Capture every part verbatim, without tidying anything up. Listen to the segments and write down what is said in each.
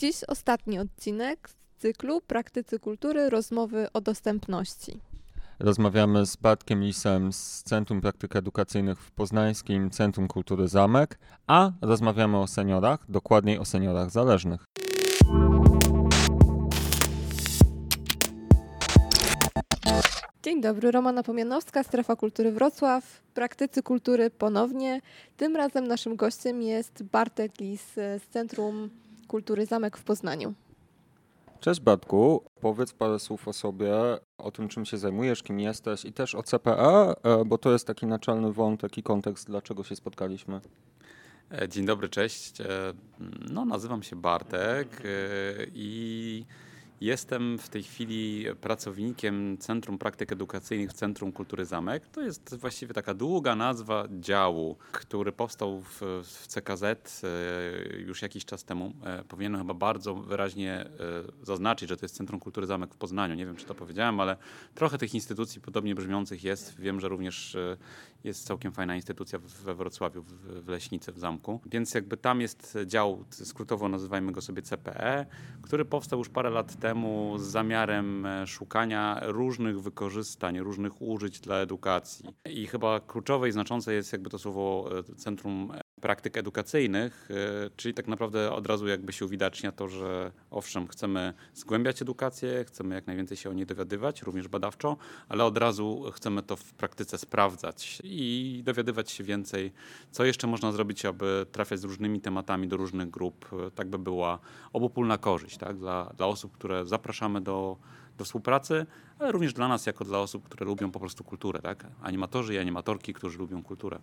Dziś ostatni odcinek z cyklu Praktycy Kultury, rozmowy o dostępności. Rozmawiamy z Bartkiem Lisem z Centrum Praktyk Edukacyjnych w Poznańskim Centrum Kultury Zamek, a rozmawiamy o seniorach, dokładniej o seniorach zależnych. Dzień dobry, Romana Pomianowska, Strefa Kultury Wrocław, Praktycy Kultury ponownie. Tym razem naszym gościem jest Bartek Lis z Centrum Kultury Zamek w Poznaniu. Cześć Bartku, powiedz parę słów o sobie, o tym czym się zajmujesz, kim jesteś i też o C P E, bo to jest taki naczelny wątek i kontekst, dlaczego się spotkaliśmy. Dzień dobry, cześć. No, nazywam się Bartek i jestem w tej chwili pracownikiem Centrum Praktyk Edukacyjnych w Centrum Kultury Zamek. To jest właściwie taka długa nazwa działu, który powstał w, w C K Z już jakiś czas temu. Powinienem chyba bardzo wyraźnie zaznaczyć, że to jest Centrum Kultury Zamek w Poznaniu. Nie wiem, czy to powiedziałem, ale trochę tych instytucji podobnie brzmiących jest. Wiem, że również jest całkiem fajna instytucja we Wrocławiu, w Leśnicy, w Zamku. Więc jakby tam jest dział, skrótowo nazywajmy go sobie C P E, który powstał już parę lat temu z zamiarem szukania różnych wykorzystań, różnych użyć dla edukacji. I chyba kluczowe i znaczące jest jakby to słowo Centrum Praktyk Edukacyjnych, czyli tak naprawdę od razu jakby się uwidacznia to, że owszem, chcemy zgłębiać edukację, chcemy jak najwięcej się o niej dowiadywać, również badawczo, ale od razu chcemy to w praktyce sprawdzać i dowiadywać się więcej, co jeszcze można zrobić, aby trafiać z różnymi tematami do różnych grup, tak by była obopólna korzyść, tak? Dla, dla osób, które zapraszamy do, do współpracy, ale również dla nas, jako dla osób, które lubią po prostu kulturę, tak? Animatorzy i animatorki, którzy lubią kulturę.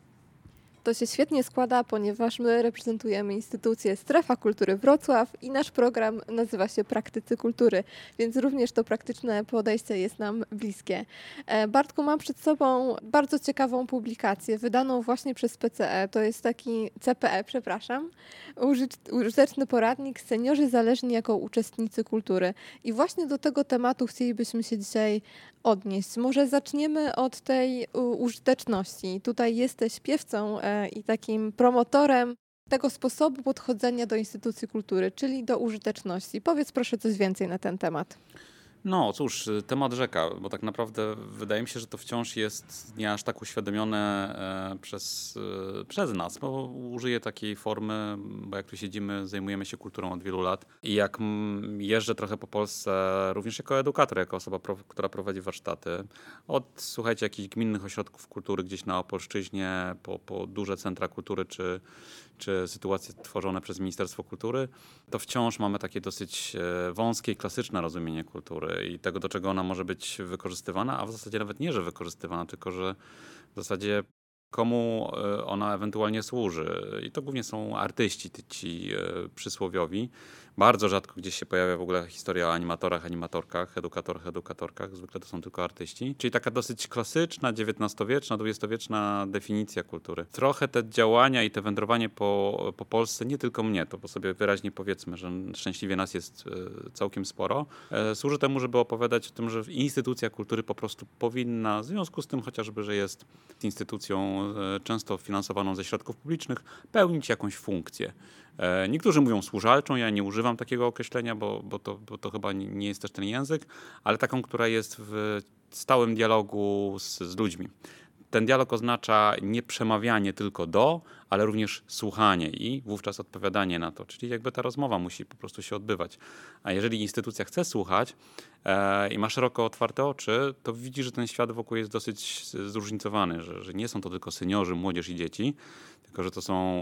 To się świetnie składa, ponieważ my reprezentujemy instytucję Strefa Kultury Wrocław i nasz program nazywa się Praktycy Kultury, więc również to praktyczne podejście jest nam bliskie. Bartku, mam przed sobą bardzo ciekawą publikację wydaną właśnie przez P C E. To jest taki C P E, przepraszam, użyteczny poradnik Seniorzy zależni jako uczestnicy kultury. I właśnie do tego tematu chcielibyśmy się dzisiaj odnieść. Może zaczniemy od tej użyteczności. Tutaj jesteś śpiewcą i takim promotorem tego sposobu podchodzenia do instytucji kultury, czyli do użyteczności. Powiedz proszę coś więcej na ten temat. No cóż, temat rzeka, bo tak naprawdę wydaje mi się, że to wciąż jest nie aż tak uświadomione e, przez, e, przez nas, bo użyję takiej formy, bo jak tu siedzimy, zajmujemy się kulturą od wielu lat i jak m, jeżdżę trochę po Polsce, również jako edukator, jako osoba, pro, która prowadzi warsztaty, od, słuchajcie, jakichś gminnych ośrodków kultury gdzieś na Opolszczyźnie, po, po duże centra kultury, czy, czy sytuacje tworzone przez Ministerstwo Kultury, to wciąż mamy takie dosyć wąskie i klasyczne rozumienie kultury i tego, do czego ona może być wykorzystywana, a w zasadzie nawet nie, że wykorzystywana, tylko że w zasadzie komu ona ewentualnie służy. I to głównie są artyści, ci przysłowiowi. Bardzo rzadko gdzieś się pojawia w ogóle historia o animatorach, animatorkach, edukatorach, edukatorkach. Zwykle to są tylko artyści. Czyli taka dosyć klasyczna, dziewiętnastowieczna, dwudziestowieczna definicja kultury. Trochę te działania i te wędrowanie po, po Polsce, nie tylko mnie, to bo sobie wyraźnie powiedzmy, że szczęśliwie nas jest całkiem sporo, służy temu, żeby opowiadać o tym, że instytucja kultury po prostu powinna, w związku z tym chociażby, że jest instytucją często finansowaną ze środków publicznych, pełnić jakąś funkcję. Niektórzy mówią służalczą, ja nie używam takiego określenia, bo, bo, to, bo to chyba nie jest też ten język, ale taką, która jest w stałym dialogu z, z ludźmi. Ten dialog oznacza nie przemawianie tylko do, ale również słuchanie i wówczas odpowiadanie na to. Czyli jakby ta rozmowa musi po prostu się odbywać. A jeżeli instytucja chce słuchać e, i ma szeroko otwarte oczy, to widzi, że ten świat wokół jest dosyć zróżnicowany, że, że nie są to tylko seniorzy, młodzież i dzieci, tylko że to są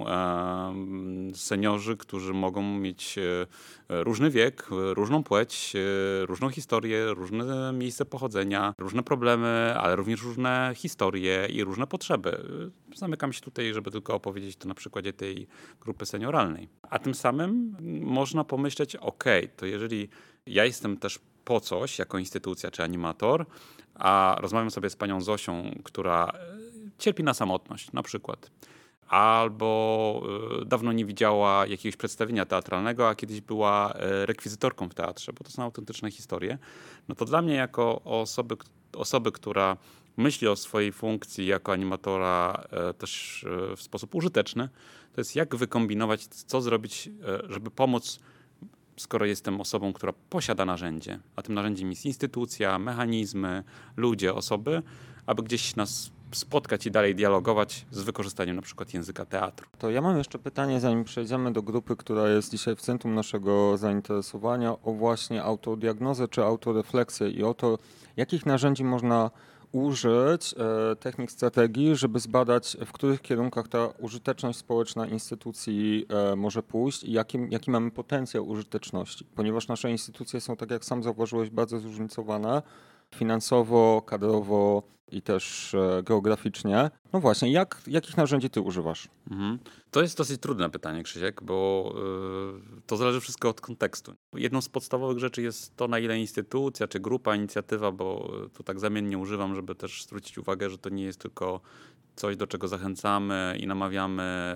e, seniorzy, którzy mogą mieć e, różny wiek, różną płeć, e, różną historię, różne miejsce pochodzenia, różne problemy, ale również różne historie i różne potrzeby. Zamykam się tutaj, żeby tylko opowiedzieć to na przykładzie tej grupy senioralnej. A tym samym można pomyśleć, ok, to jeżeli ja jestem też po coś jako instytucja czy animator, a rozmawiam sobie z panią Zosią, która cierpi na samotność na przykład, albo dawno nie widziała jakiegoś przedstawienia teatralnego, a kiedyś była rekwizytorką w teatrze, bo to są autentyczne historie, no to dla mnie jako osoby, osoby która myśli o swojej funkcji jako animatora też w sposób użyteczny, to jest jak wykombinować, co zrobić, żeby pomóc skoro jestem osobą, która posiada narzędzie, a tym narzędziem jest instytucja, mechanizmy, ludzie, osoby, aby gdzieś nas spotkać i dalej dialogować z wykorzystaniem na przykład języka teatru. To ja mam jeszcze pytanie, zanim przejdziemy do grupy, która jest dzisiaj w centrum naszego zainteresowania, o właśnie autodiagnozę czy autorefleksję i o to, jakich narzędzi można użyć, e, technik, strategii, żeby zbadać, w których kierunkach ta użyteczność społeczna instytucji e, może pójść i jaki, jaki mamy potencjał użyteczności. Ponieważ nasze instytucje są, tak jak sam zauważyłeś, bardzo zróżnicowane finansowo, kadrowo i też e, geograficznie. No właśnie, jak, jakich narzędzi ty używasz? Mhm. To jest dosyć trudne pytanie, Krzysiek, bo y, to zależy wszystko od kontekstu. Jedną z podstawowych rzeczy jest to, na ile instytucja czy grupa, inicjatywa, bo to tak zamiennie używam, żeby też zwrócić uwagę, że to nie jest tylko coś, do czego zachęcamy i namawiamy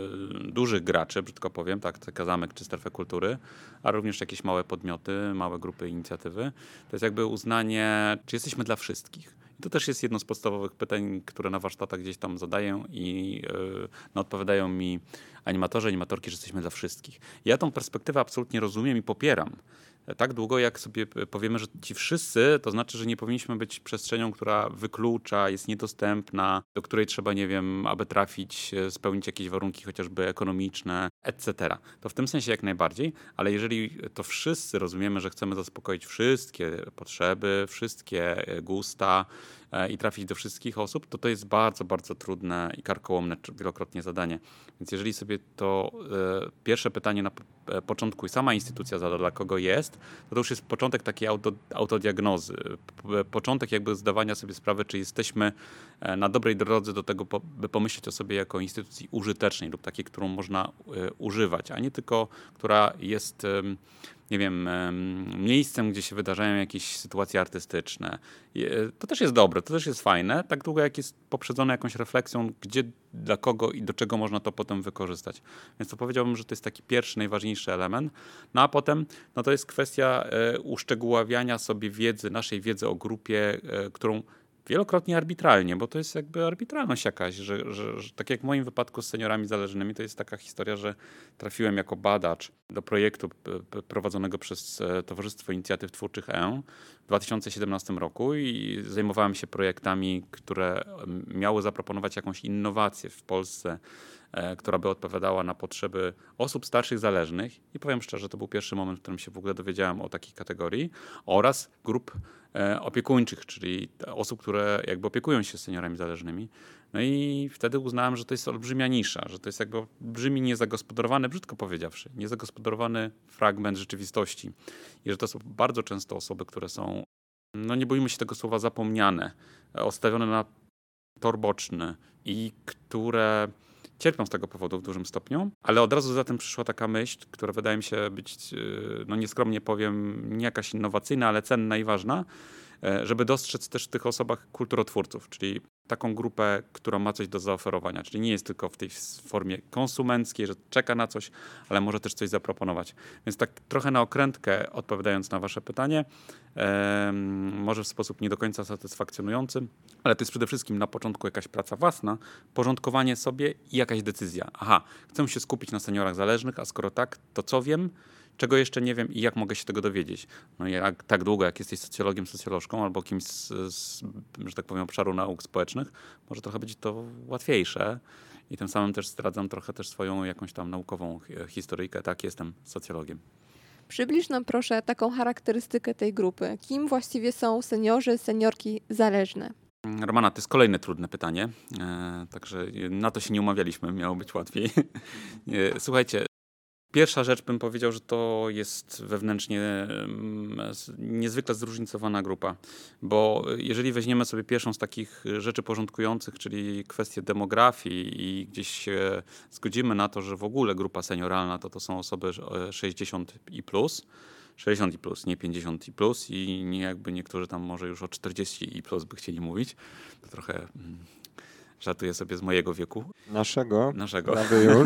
y, dużych graczy, brzydko powiem, tak, taka Zamek czy Strefę Kultury, a również jakieś małe podmioty, małe grupy, inicjatywy. To jest jakby uznanie, czy jesteśmy dla wszystkich. I to też jest jedno z podstawowych pytań, które na warsztatach gdzieś tam zadaję i yy, no, odpowiadają mi animatorzy, animatorki, że jesteśmy dla wszystkich. Ja tą perspektywę absolutnie rozumiem i popieram. Tak długo, jak sobie powiemy, że ci wszyscy, to znaczy, że nie powinniśmy być przestrzenią, która wyklucza, jest niedostępna, do której trzeba, nie wiem, aby trafić, spełnić jakieś warunki chociażby ekonomiczne, et cetera. To w tym sensie jak najbardziej, ale jeżeli to wszyscy rozumiemy, że chcemy zaspokoić wszystkie potrzeby, wszystkie gusta i trafić do wszystkich osób, to to jest bardzo, bardzo trudne i karkołomne wielokrotnie zadanie. Więc jeżeli sobie to e, pierwsze pytanie na p- początku i sama instytucja zada, dla kogo jest, to to już jest początek takiej auto, autodiagnozy. P- początek jakby zdawania sobie sprawy, czy jesteśmy na dobrej drodze do tego, by pomyśleć o sobie jako instytucji użytecznej lub takiej, którą można e, używać, a nie tylko, która jest e, nie wiem, miejscem, gdzie się wydarzają jakieś sytuacje artystyczne. To też jest dobre, to też jest fajne, tak długo jak jest poprzedzone jakąś refleksją, gdzie, dla kogo i do czego można to potem wykorzystać. Więc to powiedziałbym, że to jest taki pierwszy, najważniejszy element. No a potem no to jest kwestia uszczegóławiania sobie wiedzy, naszej wiedzy o grupie, którą wielokrotnie arbitralnie, bo to jest jakby arbitralność jakaś, że, że, że tak jak w moim wypadku z seniorami zależnymi, to jest taka historia, że trafiłem jako badacz do projektu p- prowadzonego przez Towarzystwo Inicjatyw Twórczych E w dwa tysiące siedemnastym roku i zajmowałem się projektami, które miały zaproponować jakąś innowację w Polsce, która by odpowiadała na potrzeby osób starszych zależnych i powiem szczerze, to był pierwszy moment, w którym się w ogóle dowiedziałem o takiej kategorii oraz grup opiekuńczych, czyli osób, które jakby opiekują się seniorami zależnymi. No i wtedy uznałem, że to jest olbrzymia nisza, że to jest jakby olbrzymi niezagospodarowany, brzydko powiedziawszy, niezagospodarowany fragment rzeczywistości i że to są bardzo często osoby, które są, no nie bójmy się tego słowa, zapomniane, odstawione na tor boczny i które cierpią z tego powodu w dużym stopniu, ale od razu za tym przyszła taka myśl, która wydaje mi się być, no nieskromnie powiem, nie jakaś innowacyjna, ale cenna i ważna, żeby dostrzec też w tych osobach kulturotwórców, czyli taką grupę, która ma coś do zaoferowania, czyli nie jest tylko w tej formie konsumenckiej, że czeka na coś, ale może też coś zaproponować. Więc tak trochę na okrętkę, odpowiadając na wasze pytanie, e, może w sposób nie do końca satysfakcjonujący, ale to jest przede wszystkim na początku jakaś praca własna, porządkowanie sobie i jakaś decyzja. Aha, chcę się skupić na seniorach zależnych, a skoro tak, to co wiem, czego jeszcze nie wiem i jak mogę się tego dowiedzieć. No jak, tak długo, jak jesteś socjologiem, socjolożką albo kimś z, z, że tak powiem, obszaru nauk społecznych, może trochę być to łatwiejsze i tym samym też zdradzam trochę też swoją jakąś tam naukową historyjkę. Tak, jestem socjologiem. Przybliż nam proszę taką charakterystykę tej grupy. Kim właściwie są seniorzy, seniorki zależne? Romana, to jest kolejne trudne pytanie, e, także na to się nie umawialiśmy, miało być łatwiej. e, słuchajcie, pierwsza rzecz bym powiedział, że to jest wewnętrznie niezwykle zróżnicowana grupa, bo jeżeli weźmiemy sobie pierwszą z takich rzeczy porządkujących, czyli kwestię demografii i gdzieś się zgodzimy na to, że w ogóle grupa senioralna to to są osoby sześćdziesiąt i plus, sześćdziesiąt i plus, nie pięćdziesiąt i plus i nie jakby niektórzy tam może już o czterdzieści i plus by chcieli mówić, to trochę mm, żartuję sobie z mojego wieku. Naszego. Naszego. Prawie już.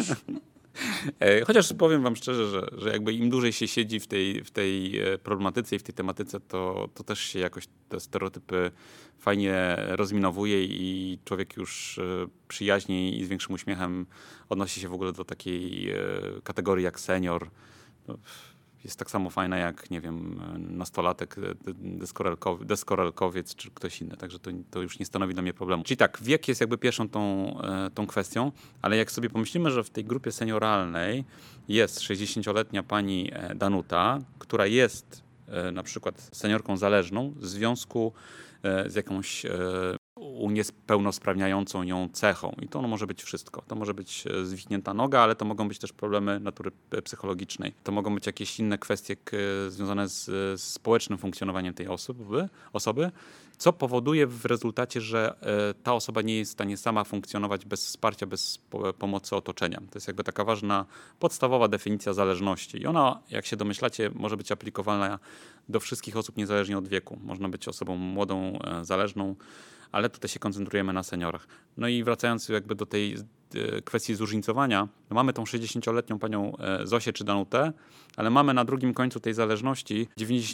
Chociaż powiem wam szczerze, że, że jakby im dłużej się siedzi w tej, w tej problematyce i w tej tematyce, to, to też się jakoś te stereotypy fajnie rozminowuje i człowiek już przyjaźniej i z większym uśmiechem odnosi się w ogóle do takiej kategorii jak senior. jest tak samo fajna jak, nie wiem, nastolatek, deskorelkow- deskorelkowiec czy ktoś inny. Także to, to już nie stanowi dla mnie problemu. Czyli tak, wiek jest jakby pierwszą tą, tą kwestią, ale jak sobie pomyślimy, że w tej grupie senioralnej jest sześćdziesięcioletnia pani Danuta, która jest na przykład seniorką zależną w związku z jakąś uniepełnosprawniającą ją cechą. I to ono może być wszystko. To może być zwichnięta noga, ale to mogą być też problemy natury psychologicznej. To mogą być jakieś inne kwestie k- związane z, z społecznym funkcjonowaniem tej osoby, osoby, co powoduje w rezultacie, że e, ta osoba nie jest w stanie sama funkcjonować bez wsparcia, bez po- pomocy otoczenia. To jest jakby taka ważna, podstawowa definicja zależności. I ona, jak się domyślacie, może być aplikowalna do wszystkich osób niezależnie od wieku. Można być osobą młodą, e, zależną, ale tutaj się koncentrujemy na seniorach. No i wracając jakby do tej e, kwestii zróżnicowania, no mamy tą sześćdziesięcioletnią panią e, Zosię czy Danutę, ale mamy na drugim końcu tej zależności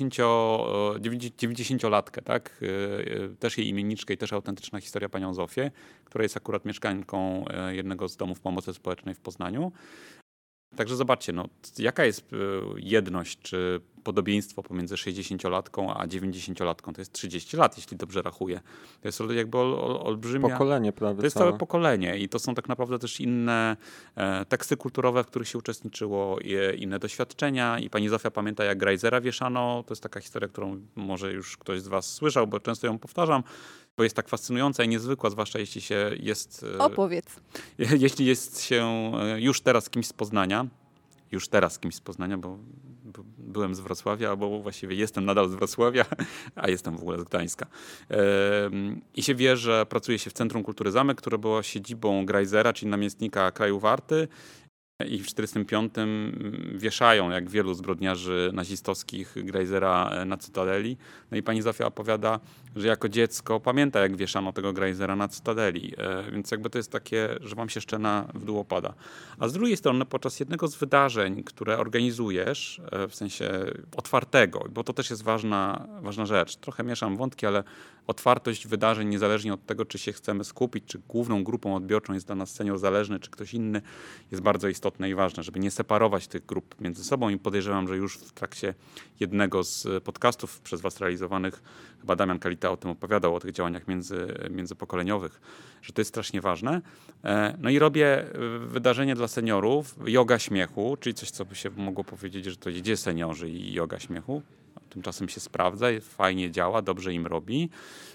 dziewięćdziesięciolatkę, tak? E, e, też jej imienniczkę i też autentyczna historia panią Zofię, która jest akurat mieszkanką e, jednego z domów pomocy społecznej w Poznaniu. Także zobaczcie, no, jaka jest jedność czy podobieństwo pomiędzy sześćdziesięciolatką a dziewięćdziesięciolatką. To jest trzydzieści lat, jeśli dobrze rachuję. To jest jakby ol, ol, olbrzymia... Pokolenie prawie To jest całe. całe pokolenie i to są tak naprawdę też inne e, teksty kulturowe, w których się uczestniczyło, i, inne doświadczenia. I pani Zofia pamięta, jak Greisera wieszano. To jest taka historia, którą może już ktoś z was słyszał, bo często ją powtarzam, bo jest tak fascynująca i niezwykła, zwłaszcza jeśli się jest... E, Opowiedz. jeśli jest się już teraz kimś z Poznania, już teraz kimś z Poznania, bo byłem z Wrocławia, albo właściwie jestem nadal z Wrocławia, a jestem w ogóle z Gdańska. I się wie, że pracuje się w Centrum Kultury Zamek, które było siedzibą Greisera, czyli namiestnika kraju Warty. I w tysiąc dziewięćset czterdziestym piątym wieszają, jak wielu zbrodniarzy nazistowskich, Greisera na Cytadeli. No i pani Zofia opowiada, że jako dziecko pamięta, jak wieszano tego Greisera na Cytadeli. Więc jakby to jest takie, że wam się szczena w dół opada. A z drugiej strony podczas jednego z wydarzeń, które organizujesz, w sensie otwartego, bo to też jest ważna, ważna rzecz. Trochę mieszam wątki, ale otwartość wydarzeń, niezależnie od tego, czy się chcemy skupić, czy główną grupą odbiorczą jest dla nas senior zależny, czy ktoś inny, jest bardzo istotne i ważne, żeby nie separować tych grup między sobą i podejrzewam, że już w trakcie jednego z podcastów przez was realizowanych, chyba Damian Kalita o tym opowiadał, o tych działaniach między, międzypokoleniowych, że to jest strasznie ważne. No i robię wydarzenie dla seniorów, yoga śmiechu, czyli coś, co by się mogło powiedzieć, że to idzie seniorzy i yoga śmiechu. Tymczasem się sprawdza, fajnie działa, dobrze im robi.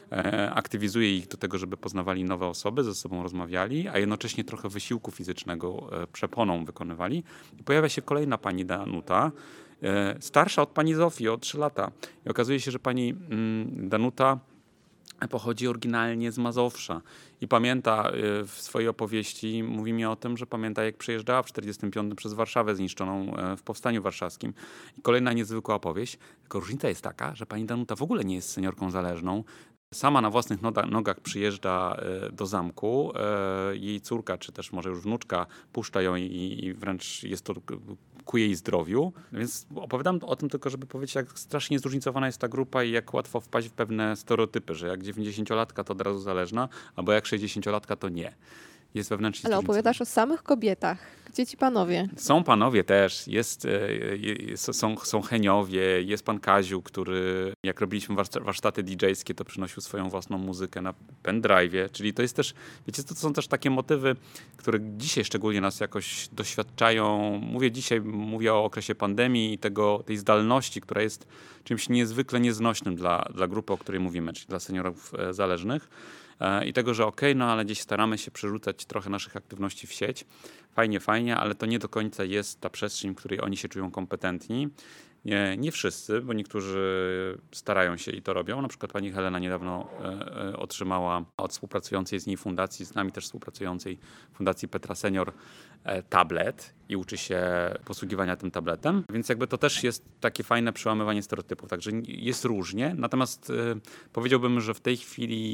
E, aktywizuje ich do tego, żeby poznawali nowe osoby, ze sobą rozmawiali, a jednocześnie trochę wysiłku fizycznego e, przeponą wykonywali. I pojawia się kolejna pani Danuta, e, starsza od pani Zofii o trzy lata. I okazuje się, że pani mm, Danuta pochodzi oryginalnie z Mazowsza i pamięta w swojej opowieści, mówi mi o tym, że pamięta, jak przejeżdżała w tysiąc dziewięćset czterdziestym piątym przez Warszawę zniszczoną w Powstaniu Warszawskim. I kolejna niezwykła opowieść. Tylko różnica jest taka, że pani Danuta w ogóle nie jest seniorką zależną. Sama na własnych nogach przyjeżdża do zamku. Jej córka, czy też może już wnuczka, puszcza ją i wręcz jest to ku jej zdrowiu. Więc opowiadam o tym tylko, żeby powiedzieć, jak strasznie zróżnicowana jest ta grupa i jak łatwo wpaść w pewne stereotypy, że jak dziewięćdziesięciolatka to od razu zależna, albo jak sześćdziesięciolatka to nie. Jest wewnętrznie Ale opowiadasz o samych kobietach. Gdzie ci panowie? Są panowie też. Jest, jest, są, są Heniowie, jest pan Kaziu, który jak robiliśmy warsztaty didżejskie, to przynosił swoją własną muzykę na pendrive'ie. Czyli to jest też, wiecie, to są też takie motywy, które dzisiaj szczególnie nas jakoś doświadczają. Mówię dzisiaj, mówię o okresie pandemii i tego, tej zdalności, która jest czymś niezwykle nieznośnym dla, dla grupy, o której mówimy, czyli dla seniorów zależnych. I tego, że okej, okay, no ale gdzieś staramy się przerzucać trochę naszych aktywności w sieć. Fajnie, fajnie, ale to nie do końca jest ta przestrzeń, w której oni się czują kompetentni. Nie, nie wszyscy, bo niektórzy starają się i to robią. Na przykład pani Helena niedawno e, otrzymała od współpracującej z niej fundacji, z nami też współpracującej Fundacji Petra Senior, e, tablet i uczy się posługiwania tym tabletem. Więc jakby to też jest takie fajne przełamywanie stereotypów. Także jest różnie. Natomiast e, powiedziałbym, że w tej chwili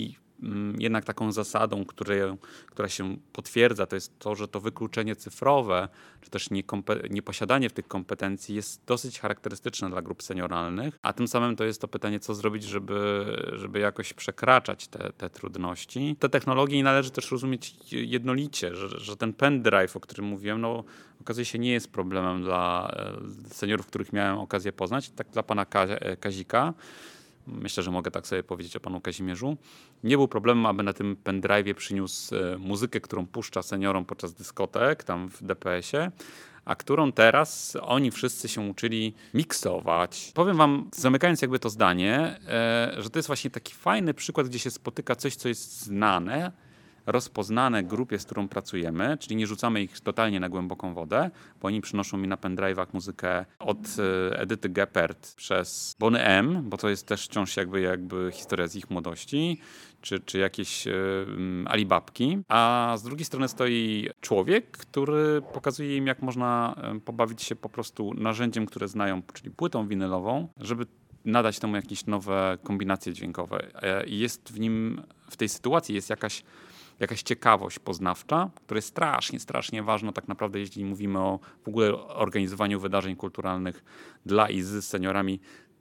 jednak taką zasadą, które, która się potwierdza, to jest to, że to wykluczenie cyfrowe, czy też niekompe- nieposiadanie w tych kompetencji jest dosyć charakterystyczne dla grup senioralnych, a tym samym to jest to pytanie, co zrobić, żeby, żeby jakoś przekraczać te, te trudności. Te technologie należy też rozumieć jednolicie, że, że ten pendrive, o którym mówiłem, no okazuje się nie jest problemem dla seniorów, których miałem okazję poznać, tak dla pana Kazika. Myślę, że mogę tak sobie powiedzieć o panu Kazimierzu. Nie był problemem, aby na tym pendrive'ie przyniósł muzykę, którą puszcza seniorom podczas dyskotek tam w D P S ie, a którą teraz oni wszyscy się uczyli miksować. Powiem wam, zamykając jakby to zdanie, że to jest właśnie taki fajny przykład, gdzie się spotyka coś, co jest znane, rozpoznane grupie, z którą pracujemy, czyli nie rzucamy ich totalnie na głęboką wodę, bo oni przynoszą mi na pendrive'ach muzykę od Edyty Geppert przez Boney M, bo to jest też wciąż jakby, jakby historia z ich młodości, czy, czy jakieś um, Alibabki. A z drugiej strony stoi człowiek, który pokazuje im, jak można pobawić się po prostu narzędziem, które znają, czyli płytą winylową, żeby nadać temu jakieś nowe kombinacje dźwiękowe. I jest w nim, w tej sytuacji jest jakaś jakaś ciekawość poznawcza, która jest strasznie, strasznie ważna tak naprawdę, jeśli mówimy o w ogóle organizowaniu wydarzeń kulturalnych dla i z seniorami.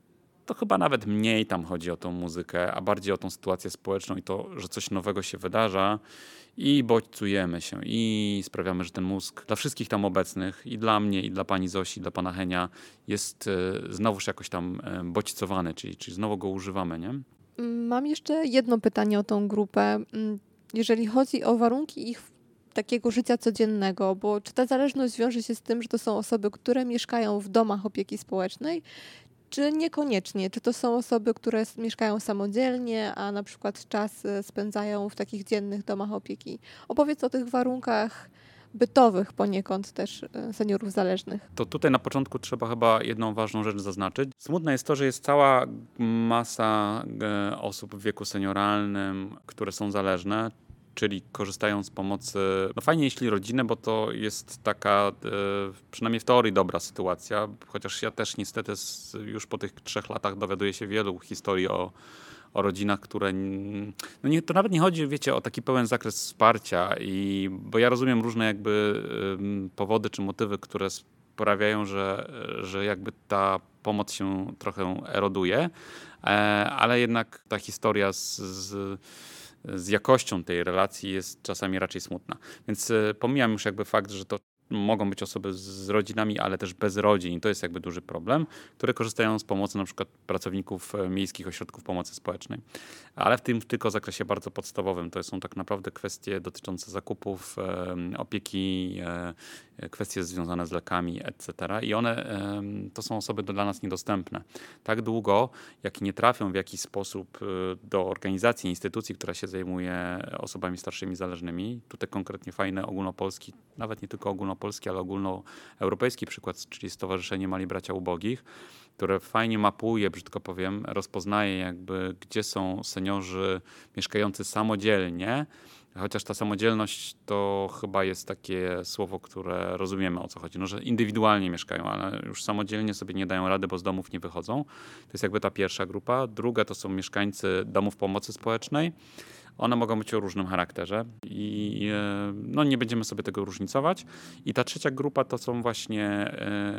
To chyba nawet mniej tam chodzi o tą muzykę, a bardziej o tą sytuację społeczną i to, że coś nowego się wydarza i bodźcujemy się i sprawiamy, że ten mózg dla wszystkich tam obecnych, i dla mnie, i dla pani Zosi, i dla pana Henia jest znowuż jakoś tam bodźcowany, czyli, czyli znowu go używamy, nie? Mam jeszcze jedno pytanie o tą grupę. Jeżeli chodzi o warunki ich takiego życia codziennego, bo czy ta zależność wiąże się z tym, że to są osoby, które mieszkają w domach opieki społecznej, czy niekoniecznie? Czy to są osoby, które mieszkają samodzielnie, a na przykład czas spędzają w takich dziennych domach opieki? Opowiedz o tych warunkach bytowych poniekąd też seniorów zależnych. To tutaj na początku trzeba chyba jedną ważną rzecz zaznaczyć. Smutne jest to, że jest cała masa osób w wieku senioralnym, które są zależne, czyli korzystają z pomocy, no fajnie jeśli rodzinę, bo to jest taka przynajmniej w teorii dobra sytuacja, chociaż ja też niestety już po tych trzech latach dowiaduję się wielu historii o o rodzinach, które, no nie, to nawet nie chodzi, wiecie, o taki pełen zakres wsparcia, i, bo ja rozumiem różne jakby um, powody czy motywy, które sprawiają, że, że jakby ta pomoc się trochę eroduje, e, ale jednak ta historia z, z z jakością tej relacji jest czasami raczej smutna. Więc e, pomijam już jakby fakt, że to mogą być osoby z rodzinami, ale też bez rodzin. I to jest jakby duży problem, które korzystają z pomocy na przykład pracowników miejskich ośrodków pomocy społecznej. Ale w tym tylko zakresie bardzo podstawowym. To są tak naprawdę kwestie dotyczące zakupów, e, opieki, e, kwestie związane z lekami, et cetera. I one e, to są osoby dla nas niedostępne. Tak długo, jak nie trafią w jakiś sposób do organizacji, instytucji, która się zajmuje osobami starszymi zależnymi. Tutaj konkretnie fajny ogólnopolski, nawet nie tylko ogólnopolski, ale ogólnoeuropejski przykład, czyli Stowarzyszenie Mali Bracia Ubogich, które fajnie mapuje, brzydko powiem, rozpoznaje jakby, gdzie są seniorzy mieszkający samodzielnie, chociaż ta samodzielność to chyba jest takie słowo, które rozumiemy, o co chodzi, no, że indywidualnie mieszkają, ale już samodzielnie sobie nie dają rady, bo z domów nie wychodzą. To jest jakby ta pierwsza grupa. Druga to są mieszkańcy domów pomocy społecznej. One mogą być o różnym charakterze i no, nie będziemy sobie tego różnicować. I ta trzecia grupa to są właśnie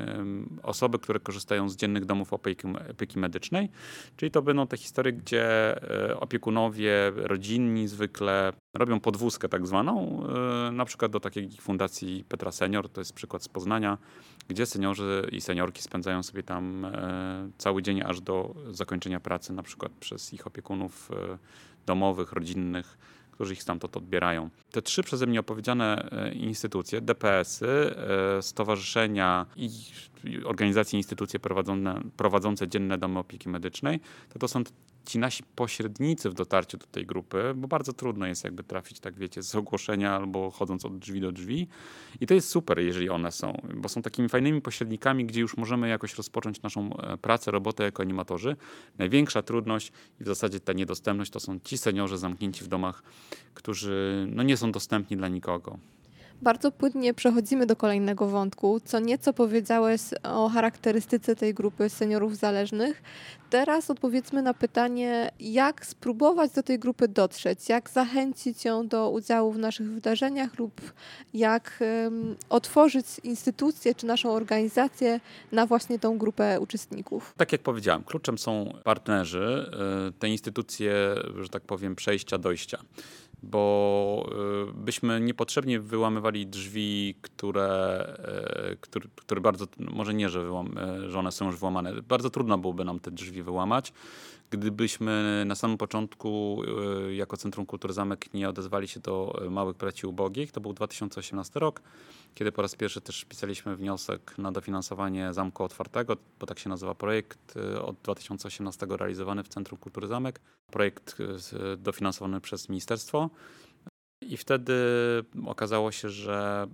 y, osoby, które korzystają z dziennych domów opieki, opieki medycznej, czyli to będą te historie, gdzie y, opiekunowie rodzinni zwykle robią podwózkę tak zwaną, y, na przykład do takiej fundacji Petra Senior, to jest przykład z Poznania, gdzie seniorzy i seniorki spędzają sobie tam y, cały dzień aż do zakończenia pracy, na przykład przez ich opiekunów y, domowych, rodzinnych, którzy ich stamtąd odbierają. Te trzy przeze mnie opowiedziane instytucje, D P S y, stowarzyszenia i organizacje, instytucje prowadzące, prowadzące dzienne domy opieki medycznej, to to są ci nasi pośrednicy w dotarciu do tej grupy, bo bardzo trudno jest jakby trafić, tak wiecie, z ogłoszenia albo chodząc od drzwi do drzwi. I to jest super, jeżeli one są, bo są takimi fajnymi pośrednikami, gdzie już możemy jakoś rozpocząć naszą pracę, robotę jako animatorzy. Największa trudność i w zasadzie ta niedostępność to są ci seniorzy zamknięci w domach, którzy no, nie są dostępni dla nikogo. Bardzo płynnie przechodzimy do kolejnego wątku. Co nieco powiedziałeś o charakterystyce tej grupy seniorów zależnych. Teraz odpowiedzmy na pytanie, jak spróbować do tej grupy dotrzeć, jak zachęcić ją do udziału w naszych wydarzeniach lub jak um, otworzyć instytucję czy naszą organizację na właśnie tą grupę uczestników. Tak jak powiedziałem, kluczem są partnerzy, te instytucje, że tak powiem, przejścia, dojścia. Bo byśmy niepotrzebnie wyłamywali drzwi, które, które, które bardzo, może nie, że, wyłam, że one są już wyłamane, bardzo trudno byłoby nam te drzwi wyłamać, gdybyśmy na samym początku jako Centrum Kultury Zamek nie odezwali się do Małych Braci Ubogich. To był dwa tysiące osiemnasty rok, kiedy po raz pierwszy też pisaliśmy wniosek na dofinansowanie Zamku Otwartego, bo tak się nazywa projekt od dwa tysiące osiemnastego realizowany w Centrum Kultury Zamek. Projekt dofinansowany przez ministerstwo. I wtedy okazało się, że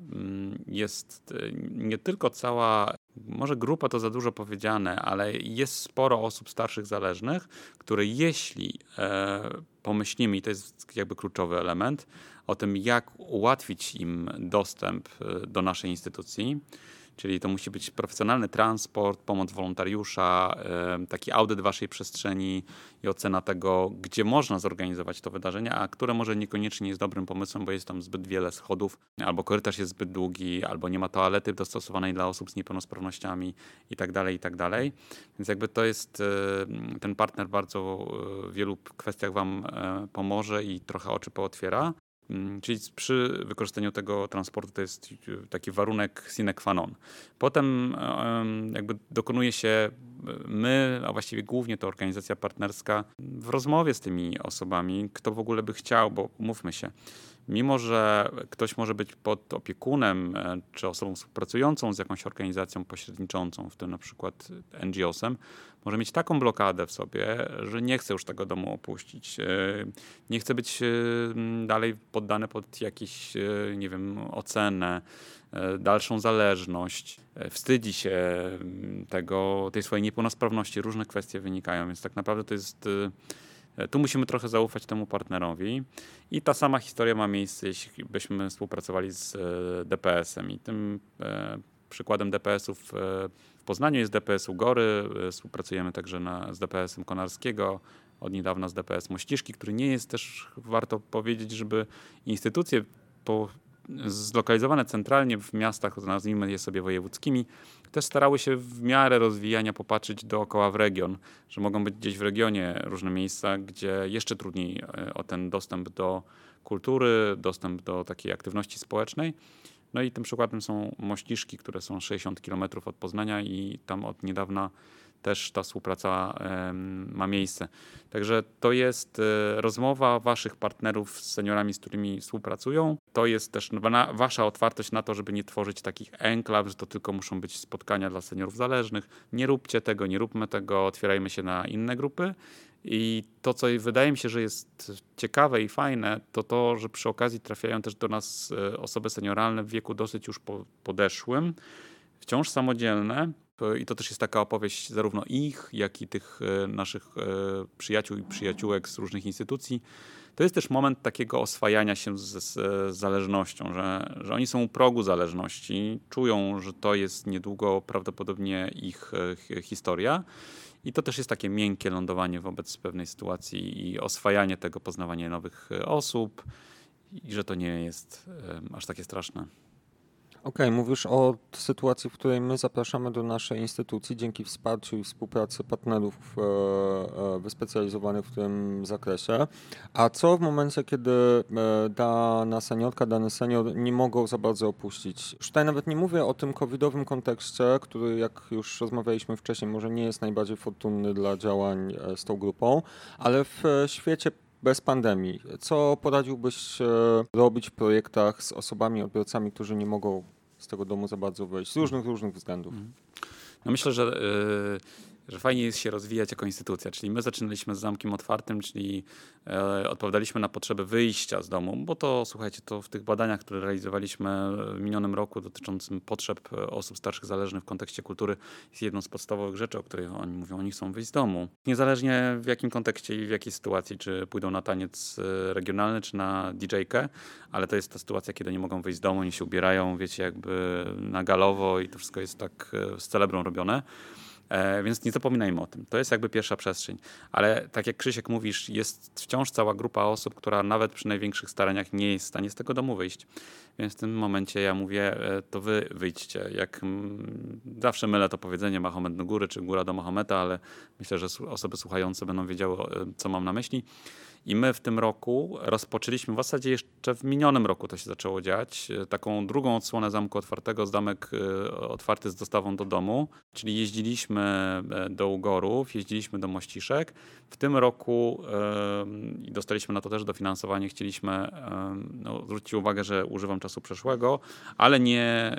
jest nie tylko cała, może grupa to za dużo powiedziane, ale jest sporo osób starszych zależnych, które jeśli e, pomyślimy, i to jest jakby kluczowy element, o tym, jak ułatwić im dostęp do naszej instytucji, czyli to musi być profesjonalny transport, pomoc wolontariusza, taki audyt waszej przestrzeni i ocena tego, gdzie można zorganizować to wydarzenie, a które może niekoniecznie jest dobrym pomysłem, bo jest tam zbyt wiele schodów, albo korytarz jest zbyt długi, albo nie ma toalety dostosowanej dla osób z niepełnosprawnościami i tak dalej, i tak dalej. Więc jakby to jest, ten partner bardzo w wielu kwestiach wam pomoże i trochę oczy pootwiera. Czyli przy wykorzystaniu tego transportu to jest taki warunek sine qua non. Potem jakby dokonuje się my, a właściwie głównie to organizacja partnerska, w rozmowie z tymi osobami, kto w ogóle by chciał, bo umówmy się, mimo że ktoś może być pod opiekunem czy osobą współpracującą z jakąś organizacją pośredniczącą, w tym na przykład N G O S-em, może mieć taką blokadę w sobie, że nie chce już tego domu opuścić. Nie chce być dalej poddany pod jakieś, nie wiem, ocenę, dalszą zależność. Wstydzi się tego, tej swojej niepełnosprawności. Różne kwestie wynikają, więc tak naprawdę to jest... Tu musimy trochę zaufać temu partnerowi i ta sama historia ma miejsce, jeśli byśmy współpracowali z D P S-em. I tym przykładem D P S-ów w Poznaniu jest D P S Ugory. Współpracujemy także na, z D P S-em Konarskiego, od niedawna z D P S Mościszki, który nie jest też, warto powiedzieć, żeby instytucje po, zlokalizowane centralnie w miastach, nazwijmy je sobie wojewódzkimi, też starały się w miarę rozwijania popatrzeć dookoła w region, że mogą być gdzieś w regionie różne miejsca, gdzie jeszcze trudniej o ten dostęp do kultury, dostęp do takiej aktywności społecznej. No i tym przykładem są Mościszki, które są sześćdziesiąt kilometrów od Poznania i tam od niedawna też ta współpraca ma miejsce. Także to jest rozmowa waszych partnerów z seniorami, z którymi współpracują. To jest też wasza otwartość na to, żeby nie tworzyć takich enklaw, że to tylko muszą być spotkania dla seniorów zależnych. Nie róbcie tego, nie róbmy tego, otwierajmy się na inne grupy. I to, co wydaje mi się, że jest ciekawe i fajne, to to, że przy okazji trafiają też do nas osoby senioralne w wieku dosyć już podeszłym, wciąż samodzielne. I to też jest taka opowieść zarówno ich, jak i tych naszych przyjaciół i przyjaciółek z różnych instytucji. To jest też moment takiego oswajania się z, z zależnością, że, że oni są u progu zależności, czują, że to jest niedługo prawdopodobnie ich historia. I to też jest takie miękkie lądowanie wobec pewnej sytuacji i oswajanie tego, poznawanie nowych osób i że to nie jest aż takie straszne. Okej, okay, mówisz o sytuacji, w której my zapraszamy do naszej instytucji dzięki wsparciu i współpracy partnerów wyspecjalizowanych w tym zakresie. A co w momencie, kiedy dana seniorka, dany senior nie mogą za bardzo opuścić? Już tutaj nawet nie mówię o tym covidowym kontekście, który, jak już rozmawialiśmy wcześniej, może nie jest najbardziej fortunny dla działań z tą grupą, ale w świecie bez pandemii. Co poradziłbyś robić w projektach z osobami, odbiorcami, którzy nie mogą z tego domu za bardzo wyjść, z różnych, różnych względów? No myślę, że że fajnie jest się rozwijać jako instytucja. Czyli my zaczynaliśmy z zamkiem otwartym, czyli e, odpowiadaliśmy na potrzeby wyjścia z domu, bo to, słuchajcie, to w tych badaniach, które realizowaliśmy w minionym roku dotyczącym potrzeb osób starszych zależnych w kontekście kultury, jest jedną z podstawowych rzeczy, o których oni mówią. Oni chcą wyjść z domu. Niezależnie w jakim kontekście i w jakiej sytuacji, czy pójdą na taniec regionalny, czy na didżejkę, ale to jest ta sytuacja, kiedy nie mogą wyjść z domu, oni się ubierają, wiecie, jakby na galowo i to wszystko jest tak z celebrą robione. E, więc nie zapominajmy o tym. To jest jakby pierwsza przestrzeń. Ale tak jak Krzysiek mówisz, jest wciąż cała grupa osób, która nawet przy największych staraniach nie jest w stanie z tego domu wyjść. Więc w tym momencie ja mówię, e, to wy wyjdźcie. Jak m, zawsze mylę to powiedzenie Mahomet do góry, czy góra do Mahometa, ale myślę, że osoby słuchające będą wiedziały, co mam na myśli. I my w tym roku rozpoczęliśmy, w zasadzie jeszcze w minionym roku to się zaczęło dziać, taką drugą odsłonę Zamku Otwartego, zamek otwarty z dostawą do domu. Czyli jeździliśmy do Ugorów, jeździliśmy do Mościszek. W tym roku i dostaliśmy na to też dofinansowanie, chcieliśmy, no, zwróćcie uwagę, że używam czasu przeszłego, ale nie...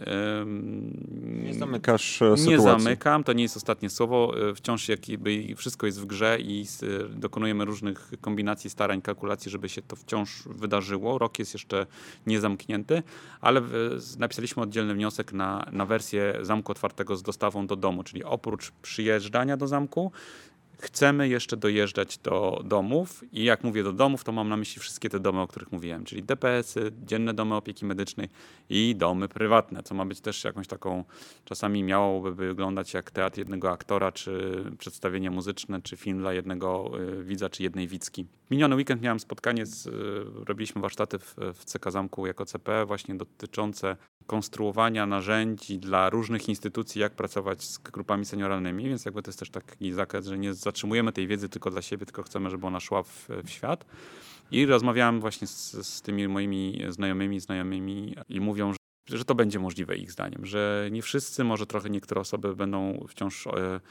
Nie zamykasz nie sytuacji. Nie zamykam, to nie jest ostatnie słowo. Wciąż jakby wszystko jest w grze i dokonujemy różnych kombinacji, starań, kalkulacji, żeby się to wciąż wydarzyło. Rok jest jeszcze niezamknięty, ale napisaliśmy oddzielny wniosek na, na wersję Zamku Otwartego z dostawą do domu, czyli oprócz przyjeżdżania do zamku, chcemy jeszcze dojeżdżać do domów i jak mówię do domów, to mam na myśli wszystkie te domy, o których mówiłem, czyli D P S-y, dzienne domy opieki medycznej i domy prywatne, co ma być też jakąś taką, czasami miałoby wyglądać jak teatr jednego aktora, czy przedstawienie muzyczne, czy film dla jednego widza, czy jednej widzki. Miniony weekend miałem spotkanie, z, robiliśmy warsztaty w, w C K Zamku jako C P właśnie dotyczące konstruowania narzędzi dla różnych instytucji, jak pracować z grupami senioralnymi, więc jakby to jest też taki zakres, że nie zatrzymujemy tej wiedzy tylko dla siebie, tylko chcemy, żeby ona szła w, w świat. I rozmawiałem właśnie z, z tymi moimi znajomymi, znajomymi i mówią, że, że to będzie możliwe ich zdaniem, że nie wszyscy, może trochę niektóre osoby będą wciąż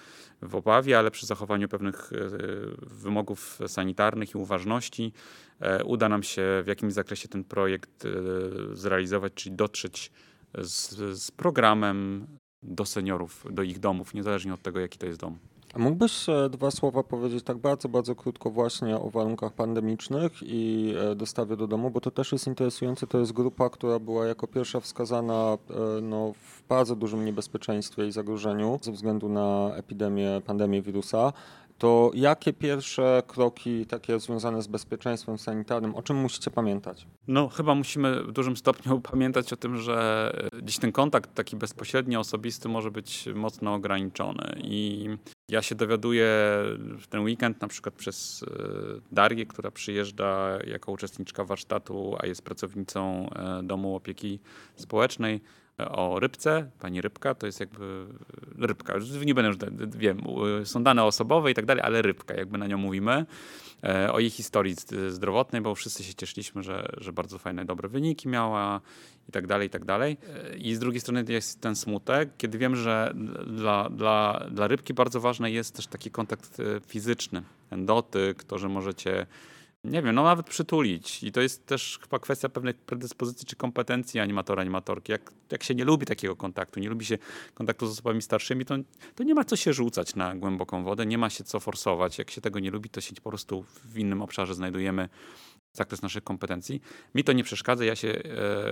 w obawie, ale przy zachowaniu pewnych wymogów sanitarnych i uważności uda nam się w jakimś zakresie ten projekt zrealizować, czyli dotrzeć z, z programem do seniorów, do ich domów, niezależnie od tego, jaki to jest dom. A mógłbyś dwa słowa powiedzieć tak bardzo, bardzo krótko właśnie o warunkach pandemicznych i dostawie do domu, bo to też jest interesujące. To jest grupa, która była jako pierwsza wskazana no, w bardzo dużym niebezpieczeństwie i zagrożeniu ze względu na epidemię, pandemię wirusa. To jakie pierwsze kroki takie związane z bezpieczeństwem sanitarnym, o czym musicie pamiętać? No chyba musimy w dużym stopniu pamiętać o tym, że gdzieś ten kontakt taki bezpośredni, osobisty może być mocno ograniczony i ja się dowiaduję w ten weekend na przykład przez Darię, która przyjeżdża jako uczestniczka warsztatu, a jest pracownicą Domu Opieki Społecznej, o rybce, pani Rybka, to jest jakby rybka, nie będę już, wiem, są dane osobowe i tak dalej, ale rybka, jakby na nią mówimy, o jej historii zdrowotnej, bo wszyscy się cieszyliśmy, że, że bardzo fajne, dobre wyniki miała i tak dalej, i tak dalej. I z drugiej strony jest ten smutek, kiedy wiem, że dla, dla, dla rybki bardzo ważny jest też taki kontakt fizyczny, ten dotyk, to, że możecie nie wiem, no nawet przytulić. I to jest też chyba kwestia pewnej predyspozycji czy kompetencji animatora, animatorki. Jak, jak się nie lubi takiego kontaktu, nie lubi się kontaktu z osobami starszymi, to, to nie ma co się rzucać na głęboką wodę, nie ma się co forsować. Jak się tego nie lubi, to się po prostu w innym obszarze znajdujemy zakres naszych kompetencji. Mi to nie przeszkadza, ja się,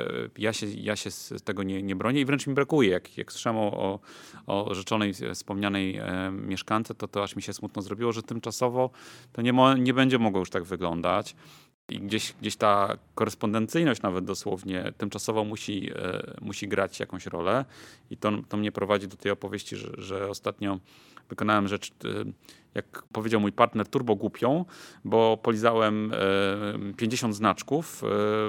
ja się, ja się z tego nie, nie bronię i wręcz mi brakuje. Jak, jak słyszałem o, o rzeczonej, wspomnianej mieszkance, to, to aż mi się smutno zrobiło, że tymczasowo to nie, mo, nie będzie mogło już tak wyglądać. I gdzieś, gdzieś ta korespondencyjność nawet dosłownie tymczasowo musi, musi grać jakąś rolę. I to, to mnie prowadzi do tej opowieści, że, że ostatnio wykonałem rzecz, jak powiedział mój partner, turbo głupią, bo polizałem pięćdziesiąt znaczków,